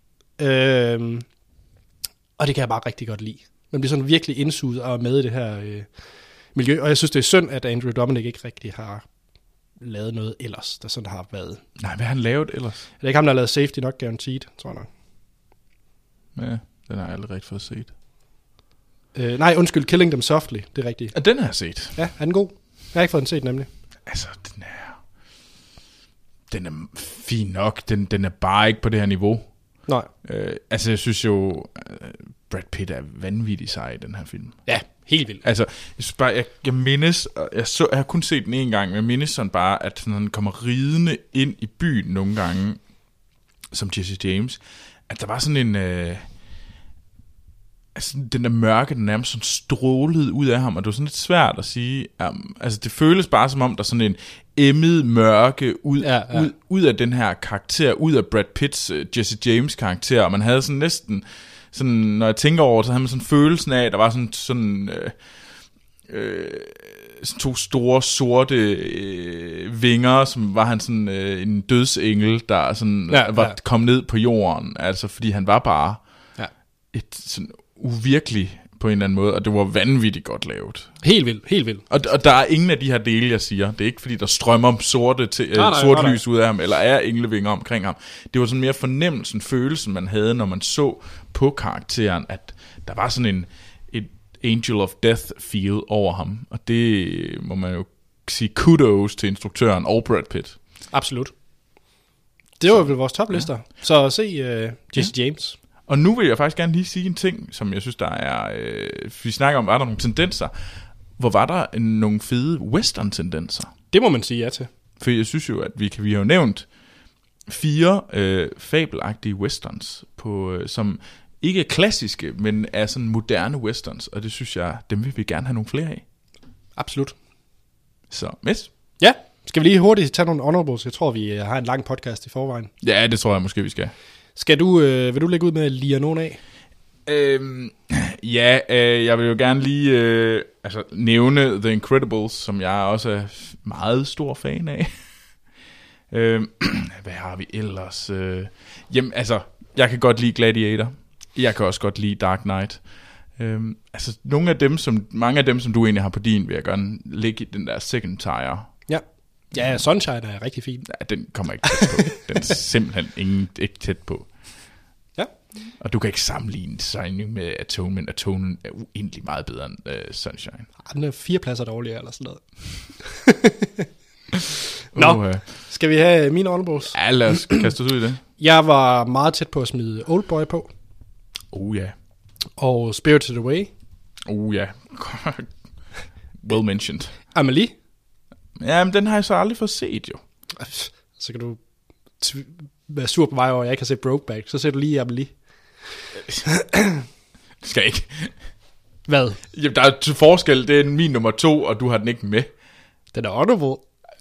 Øhm, og det kan jeg bare rigtig godt lide. Man bliver sådan virkelig indsuget og med i det her øh, miljø. Og jeg synes, det er synd, at Andrew Dominik ikke rigtig har lavet noget ellers, der sådan har været. Nej, hvad har han lavet ellers? Er det ikke ham, der har lavet Safety Not Guaranteed, tror jeg nok. Ja, den har jeg aldrig rigtig fået set. Øh, nej, undskyld, Killing Them Softly, det er rigtigt. Ja, den har jeg set. Ja, er den god? Jeg har ikke fået den set, nemlig. Altså, den er... Den er fin nok. Den, den er bare ikke på det her niveau. Nej. Øh, altså, jeg synes jo... Uh, Brad Pitt er vanvittig sej i den her film. Ja, helt vildt. Altså, jeg synes bare, jeg, jeg mindes... Jeg, så, jeg har kun set den en gang, men jeg mindes sådan bare, at når han kommer ridende ind i byen nogle gange, som Jesse James... at der var sådan en, øh, altså den der mørke, den nærmest sådan strålede ud af ham, og det var sådan lidt svært at sige, um, altså det føles bare som om, der er sådan en emmet mørke ud, ja, ja. ud, ud af den her karakter, ud af Brad Pitts uh, Jesse James karakter, og man havde sådan næsten, sådan, når jeg tænker over det, så havde man sådan følelsen af, at der var sådan, sådan øh, øh, to store sorte øh, vinger, som var han sådan øh, en dødsengel, der sådan ja, var ja. kommet ned på jorden, altså fordi han var bare ja. et sådan uvirkelig på en eller anden måde, og det var vanvittigt godt lavet. Helt vildt, helt vildt. Og, og der er ingen af de her dele, jeg siger. Det er ikke, fordi der strømmer sorte til, nej, nej, sort nej, lys ud af ham, eller er englevinger omkring ham. Det var sådan mere fornemmelsen, følelsen, man havde, når man så på karakteren, at der var sådan en et Angel of Death feel over ham. Og det må man jo sige kudos til instruktøren og Brad Pitt. Absolut. Det var vel vores toplister. Ja. Så se uh, Jesse ja. James. Og nu vil jeg faktisk gerne lige sige en ting, som jeg synes, der er... Øh, vi snakker om, var der nogle tendenser. Hvor var der nogle fede western-tendenser? Det må man sige ja til. For jeg synes jo, at vi, kan, vi har jo nævnt fire øh, fabelagtige westerns, på, øh, som ikke er klassiske, men er sådan moderne westerns. Og det synes jeg, dem vil vi gerne have nogle flere af. Absolut. Så, Miss? Ja, skal vi lige hurtigt tage nogle honorables? Jeg tror, vi har en lang podcast i forvejen. Ja, det tror jeg måske, vi skal. Skal du, øh, vil du lægge ud med at lire nogen af? Øhm, ja, øh, jeg vil jo gerne lige øh, altså, nævne The Incredibles, som jeg også er meget stor fan af. øhm, hvad har vi ellers? Øh, jamen, altså, jeg kan godt lide Gladiator. Jeg kan også godt lide Dark Knight. Øhm, altså, nogle af dem, som, mange af dem, som du egentlig har på din, vil jeg gerne lægge i den der second tire. Ja. Ja, Sunshine er rigtig fin. Ja, den kommer ikke tæt på. Den er simpelthen ingen, ikke tæt på. Ja. Og du kan ikke sammenligne designing med Atonement. Atonement er uendelig meget bedre end uh, Sunshine. Den er fire pladser dårligere eller sådan noget. Nå, uh, skal vi have mine honorables? Ja, lad os kaste os ud i det. Jeg var meget tæt på at smide Oldboy på. Oh ja. Yeah. Og Spirited Away. Oh ja. Yeah. Well mentioned. Amelie. Ja, men den har jeg så aldrig fået set, jo. Så kan du t- være sur på mig over, at jeg ikke har set Brokeback. Så ser du lige Amelie. Det skal ikke. Hvad? Jamen, der er til forskel. Det er min nummer to, og du har den ikke med. Den er honorable.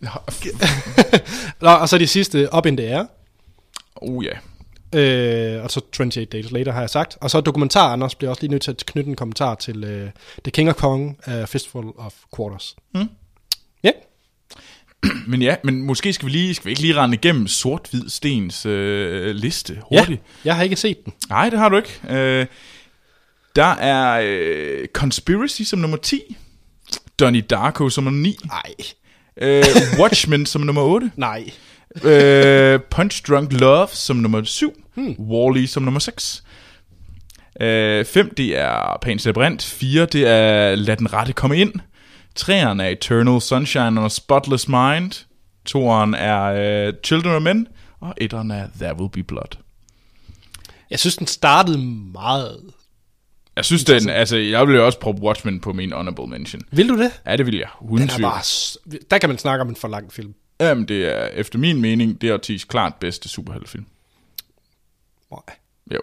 Nå, og så de sidste, Up in the Air. Oh ja. Øh, og så toogtyve Days Later har jeg sagt. Og så dokumentar, Anders bliver også lige nødt til at knytte en kommentar til uh, The King of Kong, uh, Fistful of Quarters. Mm. Ja. Men ja, men måske skal vi, lige, skal vi ikke lige rende igennem Sort-Hvid Stens øh, liste hurtigt. Ja, jeg har ikke set den. Nej, det har du ikke. Øh, der er øh, Conspiracy som nummer ti. Donnie Darko som nummer ni. Nej. Øh, Watchmen som nummer otte. Nej. øh, Punch Drunk Love som nummer syv. Hmm. Wall-E som nummer seks. Øh, fem, det er Pan's Labyrinth. fire, det er Lad den rette komme ind. Treeren er Eternal Sunshine og Spotless Mind. Toeren er uh, Children of Men. Og etteren er There Will Be Blood. Jeg synes, den startede meget... Jeg synes, den, altså, jeg vil jo også proppe Watchmen på min honorable mention. Vil du det? Ja, det vil jeg. Uden tvivl. Bare... Der kan man snakke om en for lang film. Jamen, det er efter min mening, det er årtis klart bedste superheltefilm. Nej. Jo.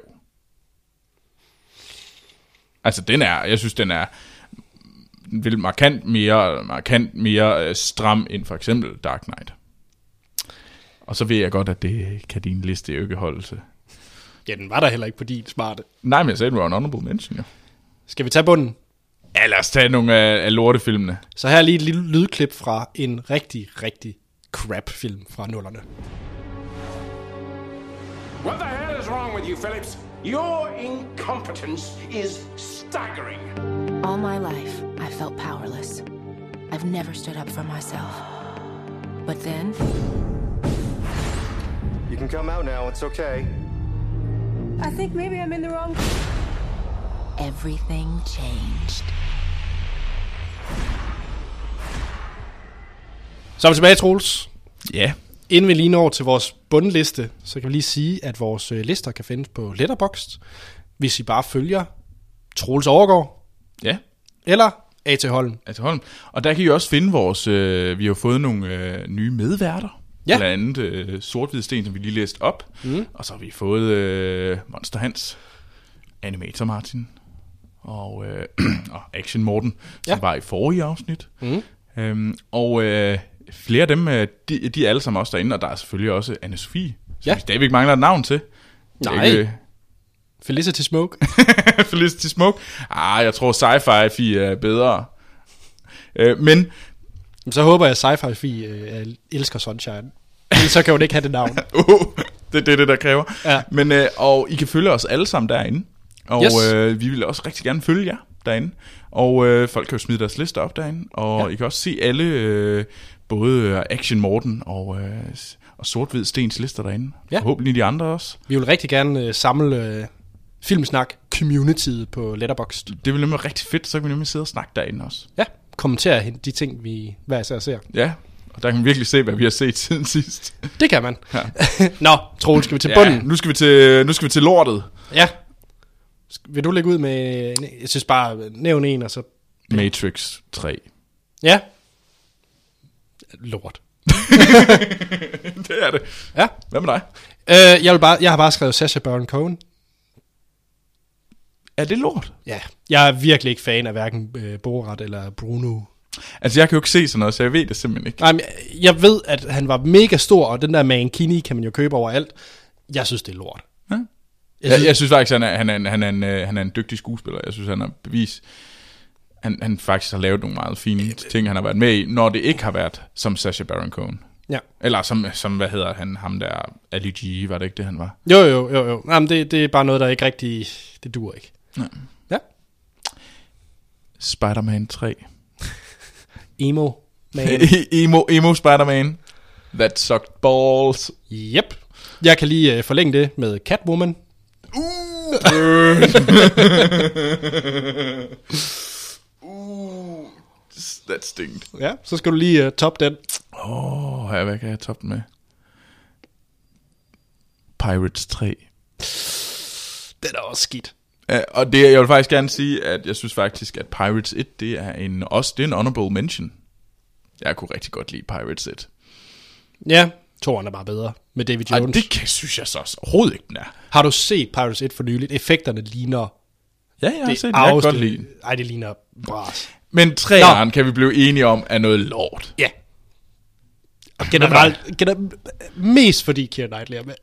Altså, den er, jeg synes, den er... vil markant mere, markant mere øh, stram end for eksempel Dark Knight. Og så ved jeg godt, at det kan din liste jo ikke holde til. Ja, den var der heller ikke på din smarte. Nej, men jeg sagde, det var en honorable mention, jo. Skal vi tage bunden? Ja, lad os tage nogle af, af lortefilmene. Så her er lige et lille lydklip fra en rigtig, rigtig crap-film fra nullerne. What the hell is wrong with you, Phillips? Your incompetence is staggering. All my life, I felt powerless. I've never stood up for myself. But then... You can come out now, it's okay. I think maybe I'm in the wrong... Everything changed. Så er vi tilbage, Troels. Ja. Yeah. Inden vi lige når til vores bundliste, så kan vi lige sige, at vores lister kan findes på Letterboxd, hvis I bare følger Troels Overgaard. Ja. Eller A T Holm. A T Holm. Og der kan I også finde vores... Øh, vi har fået nogle øh, nye medværter. Ja. Blandt andet øh, Sort-Hvid Sten, som vi lige læste op. Mm. Og så har vi fået øh, Monster Hans, Animator Martin og, øh, og Action Morten, som ja. var i forrige afsnit. Mm. Øhm, og øh, flere af dem, de, de er alle sammen også derinde, og der er selvfølgelig også Anne-Sophie, som ja. vi stadigvæk mangler et navn til. Nej. Ikke, Felicity Smoke. Felicity Smoke. Ah, jeg tror Sci-Fi er bedre. Øh, men... Så håber jeg, at Sci-Fi øh, elsker Sunshine. Så kan hun ikke have det navn. uh, det er det, det, der kræver. Ja. Men, øh, og I kan følge os alle sammen derinde. Og yes. øh, vi vil også rigtig gerne følge jer. derinde. Og øh, folk kan jo smide deres lister op derinde. Og ja. I kan også se alle, øh, både Action Morten og, øh, og Sort-Hvid Stens lister derinde. Ja. Forhåbentlig de andre også. Vi vil rigtig gerne øh, samle øh, Filmsnak communityet på Letterboxd. Det vil nemlig være rigtig fedt, så kan vi nemlig sidde og snakke derinde også. Ja, kommentere de ting, vi hver især ser. Ja, og der kan man virkelig se, hvad vi har set siden sidst. Det kan man. Ja. Nå, Troels, skal vi til ja, bunden? Nu skal vi til, nu skal vi til lortet. Ja. Vil du lægge ud med, jeg synes bare, nævn en, og så... Matrix tre. Ja. Lort. Det er det. Ja. Hvad med dig? Øh, jeg, vil bare, jeg har bare skrevet Sacha Baron Cohen. Er det lort? Ja. Jeg er virkelig ikke fan af hverken øh, Borat eller Bruno. Altså, jeg kan jo ikke se sådan noget, så jeg ved det simpelthen ikke. Nej, men jeg ved, at han var mega stor, og den der Mankini kan man jo købe overalt. Jeg synes, det er lort. Ja. Jeg, jeg, jeg synes faktisk, han er, han, er en, han, er en, han er en dygtig skuespiller. Jeg synes, han har bevis... Han, han faktisk har lavet nogle meget fine ting, han har været med i, når det ikke har været som Sacha Baron Cohen. Ja. Eller som, som, hvad hedder han, ham der, Ali G, var det ikke det, han var? Jo, jo, jo, jo. Jamen, det, det er bare noget, der ikke rigtig... Det duer ikke. Nej. Ja. Spider-Man tre. Emo man. emo, emo Spider-Man. That sucked balls. Yep. Jeg kan lige uh, forlænge det med Catwoman. Uh! uh, that stinged. Ja, så skal du lige uh, toppe den. Åh, oh, hvad kan jeg toppe den med? Pirates tre. Den er også skidt. Uh, og det, jeg vil faktisk gerne sige, at jeg synes faktisk, at Pirates et, det er en, også det er en honorable mention. Jeg kunne rigtig godt lide Pirates et. Ja, toeren er bare bedre med David Jones. Ej, det kan, synes jeg så også overhovedet ikke, den er. Har du set Pirates et for nyligt? Effekterne ligner... Ja, jeg har det set det. Jeg kan godt lide. Ej, det ligner bras. Men træeren kan vi blive enige om, er noget lort. Ja. Og generelt, generelt mest fordi Keira Knightley er med.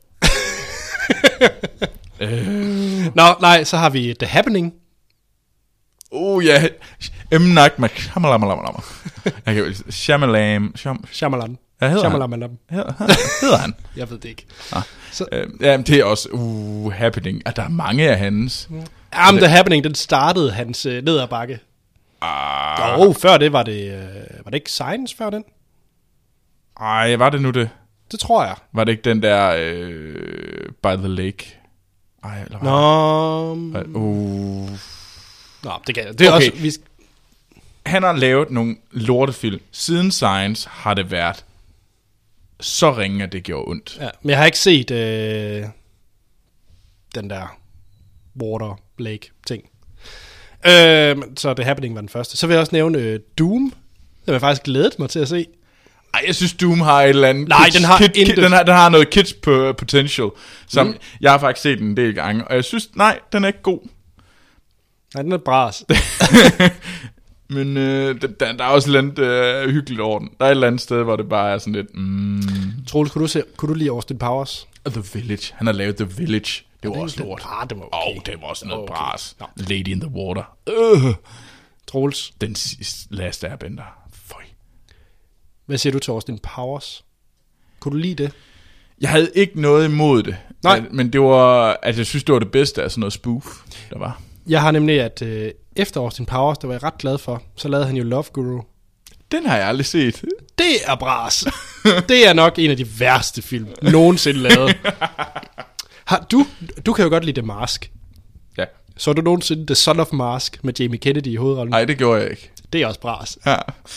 øh. Nå, nej, så har vi The Happening. Oh ja, M. Night Shyamalan. Jeg kan Shyamalan. Shyamalan. Ja, hedder Shyamalan. han? Hedder han? Jeg ved det ikke. Ah. Så. Øh, ja, det er også uh, Happening. At der er mange af hans. Ja, men The Happening, den startede hans øh, nederbakke. Ah. Og før det var det, øh, var det ikke Science før den? Ej, var det nu det? Det tror jeg. Var det ikke den der øh, By the Lake? Ej, eller hvad? Nå. Uh. Nå, det kan det er okay. også... Vi... Han har lavet nogle lortefilm. Siden Science har det været så ringe, at det gjorde ondt. Ja, men jeg har ikke set øh, den der Water Lake ting. Øh, så The Happening var den første. Så vil jeg også nævne øh, Doom. Det har jeg faktisk glædet mig til at se. Ej, jeg synes Doom har et eller andet. Nej, kids, den har kid, intet. den, har, den har noget kids potential, som Mm. jeg har faktisk set den en del gange, og jeg synes, nej, den er ikke god. Nej, den er bras. Men øh, der, der er også et eller andet øh, hyggeligt over den. Der er et eller andet sted, hvor det bare er sådan lidt... Mm. Troels, kunne du, se, kunne du lide Austin Powers? The Village. Han har lavet The Village. Det var det, også lort. Ah, det var okay. Oh, det var også noget okay. bras. No. Lady in the Water. Øh. Troels? Den sidste Last Airbender. Føj. Hvad siger du til Austin Powers? Kunne du lide det? Jeg havde ikke noget imod det. Nej. Men det var... Altså, jeg synes, det var det bedste af sådan noget spoof, der var. Jeg har nemlig, at øh, efter Austin Powers, der var jeg ret glad for, så lavede han jo Love Guru. Den har jeg aldrig set. Det er bras. Det er nok en af de værste film, nogensinde lavet. Har, du, du kan jo godt lide The Mask. Ja. Så du nogensinde The Son of Mask med Jamie Kennedy i hovedrollen? Nej, det gjorde jeg ikke. Det er også bras. Ja.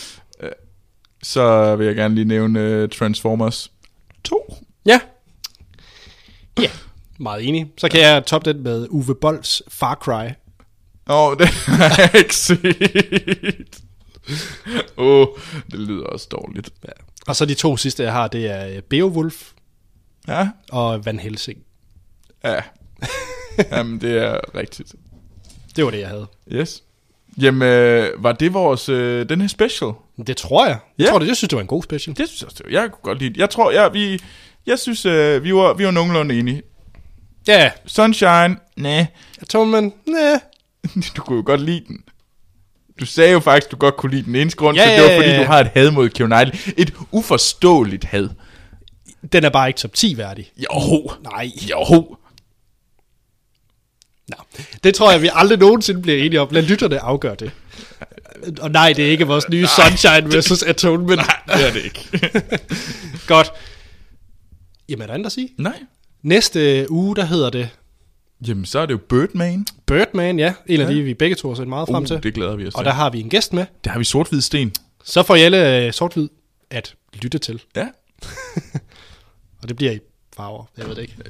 Så vil jeg gerne lige nævne uh, Transformers to. Ja. Ja, meget enig. Så kan jeg toppe den med Uwe Bolls Far Cry. Åh, oh, det har jeg ikke set. Åh, oh, det lyder også dårligt. Ja. Og så de to sidste, jeg har, det er Beowulf. Ja. Og Van Helsing. Ja. Jamen, det er rigtigt. Det var det, jeg havde. Yes. Jamen, øh, var det vores, øh, den her special? Det tror jeg. Jeg ja. tror det, jeg synes, det var en god special. Det synes jeg også, det var. Jeg kunne godt lide det. Jeg tror, jeg, vi, jeg synes, øh, vi, var, vi var nogenlunde enige. Ja. Yeah. Sunshine, næh. Atonement, næh. Du kunne jo godt lide den. Du sagde jo faktisk, du godt kunne lide den eneste grund, ja, så det var fordi, ja, ja. du har et had mod Keira Knightley. Et uforståeligt had. Den er bare ikke top ti værdig. Jo. Nej. Jo. Nå, det tror jeg, vi aldrig nogensinde bliver enige om. Lad lytterne afgøre det. Og nej, det er ikke vores nye Sunshine versus Atonement. Nej, det er det ikke. Godt. Jamen, er der andet at sige? Nej. Næste uge, der hedder det... Jamen, så er det jo Birdman. Birdman, ja. En af ja. de, vi begge to har set meget frem uh, til. Det glæder vi os til. Og der har vi en gæst med. Der har vi Sort-Hvid Sten. Så får I alle sort-hvid at lytte til. Ja. Og det bliver i farver. Jeg ved det ikke.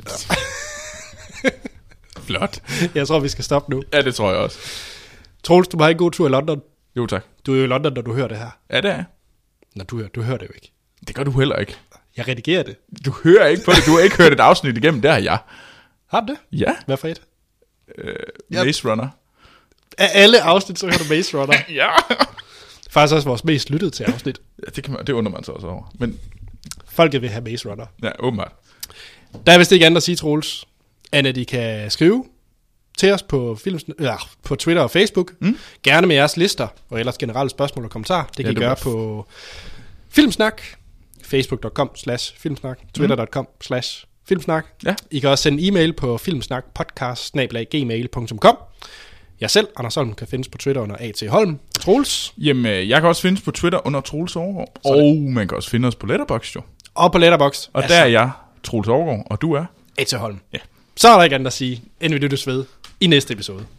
Flot. Jeg tror, vi skal stoppe nu. Ja, det tror jeg også. Troels, du må have en god tur i London. Jo, tak. Du er jo i London, når du hører det her. Ja, det er. Nå, du hører, du hører det jo ikke. Det gør du heller ikke. Jeg redigerer det. Du hører ikke på det. Du har ikke hørt et afsnit igennem. Det har jeg. Har du det? Ja. Hvad for et? Øh, Maze Runner. Af alle afsnit, så hører du Maze Runner. Ja. Faktisk også vores mest lyttede til afsnit. Ja, det, kan man, det undrer man sig også over. Men folket vil have Maze Runner. Ja, åbenbart. Der er vist ikke andet at sige, Troels, end at de kan skrive til os på, film, ja, på Twitter og Facebook. Mm. Gerne med jeres lister, og ellers generelle spørgsmål og kommentarer. Det kan ja, I det gøre f- på Filmsnak, facebook punktum com slash filmsnak, twitter punktum com slash filmsnak. Ja. I kan også sende en e-mail på filmsnakpodcast snabel-a gmail punktum com. Jeg selv, Anders Holm, kan findes på Twitter under A T Holm. Troels? Jamen, jeg kan også findes på Twitter under Troels Overgaard. Og man kan også finde os på Letterboxd jo. Og på Letterboxd. Og altså, der er jeg, Troels Overgaard, og du er? A T Holm. Ja. Så er der ikke andet at sige, end vi lyttes ved i næste episode.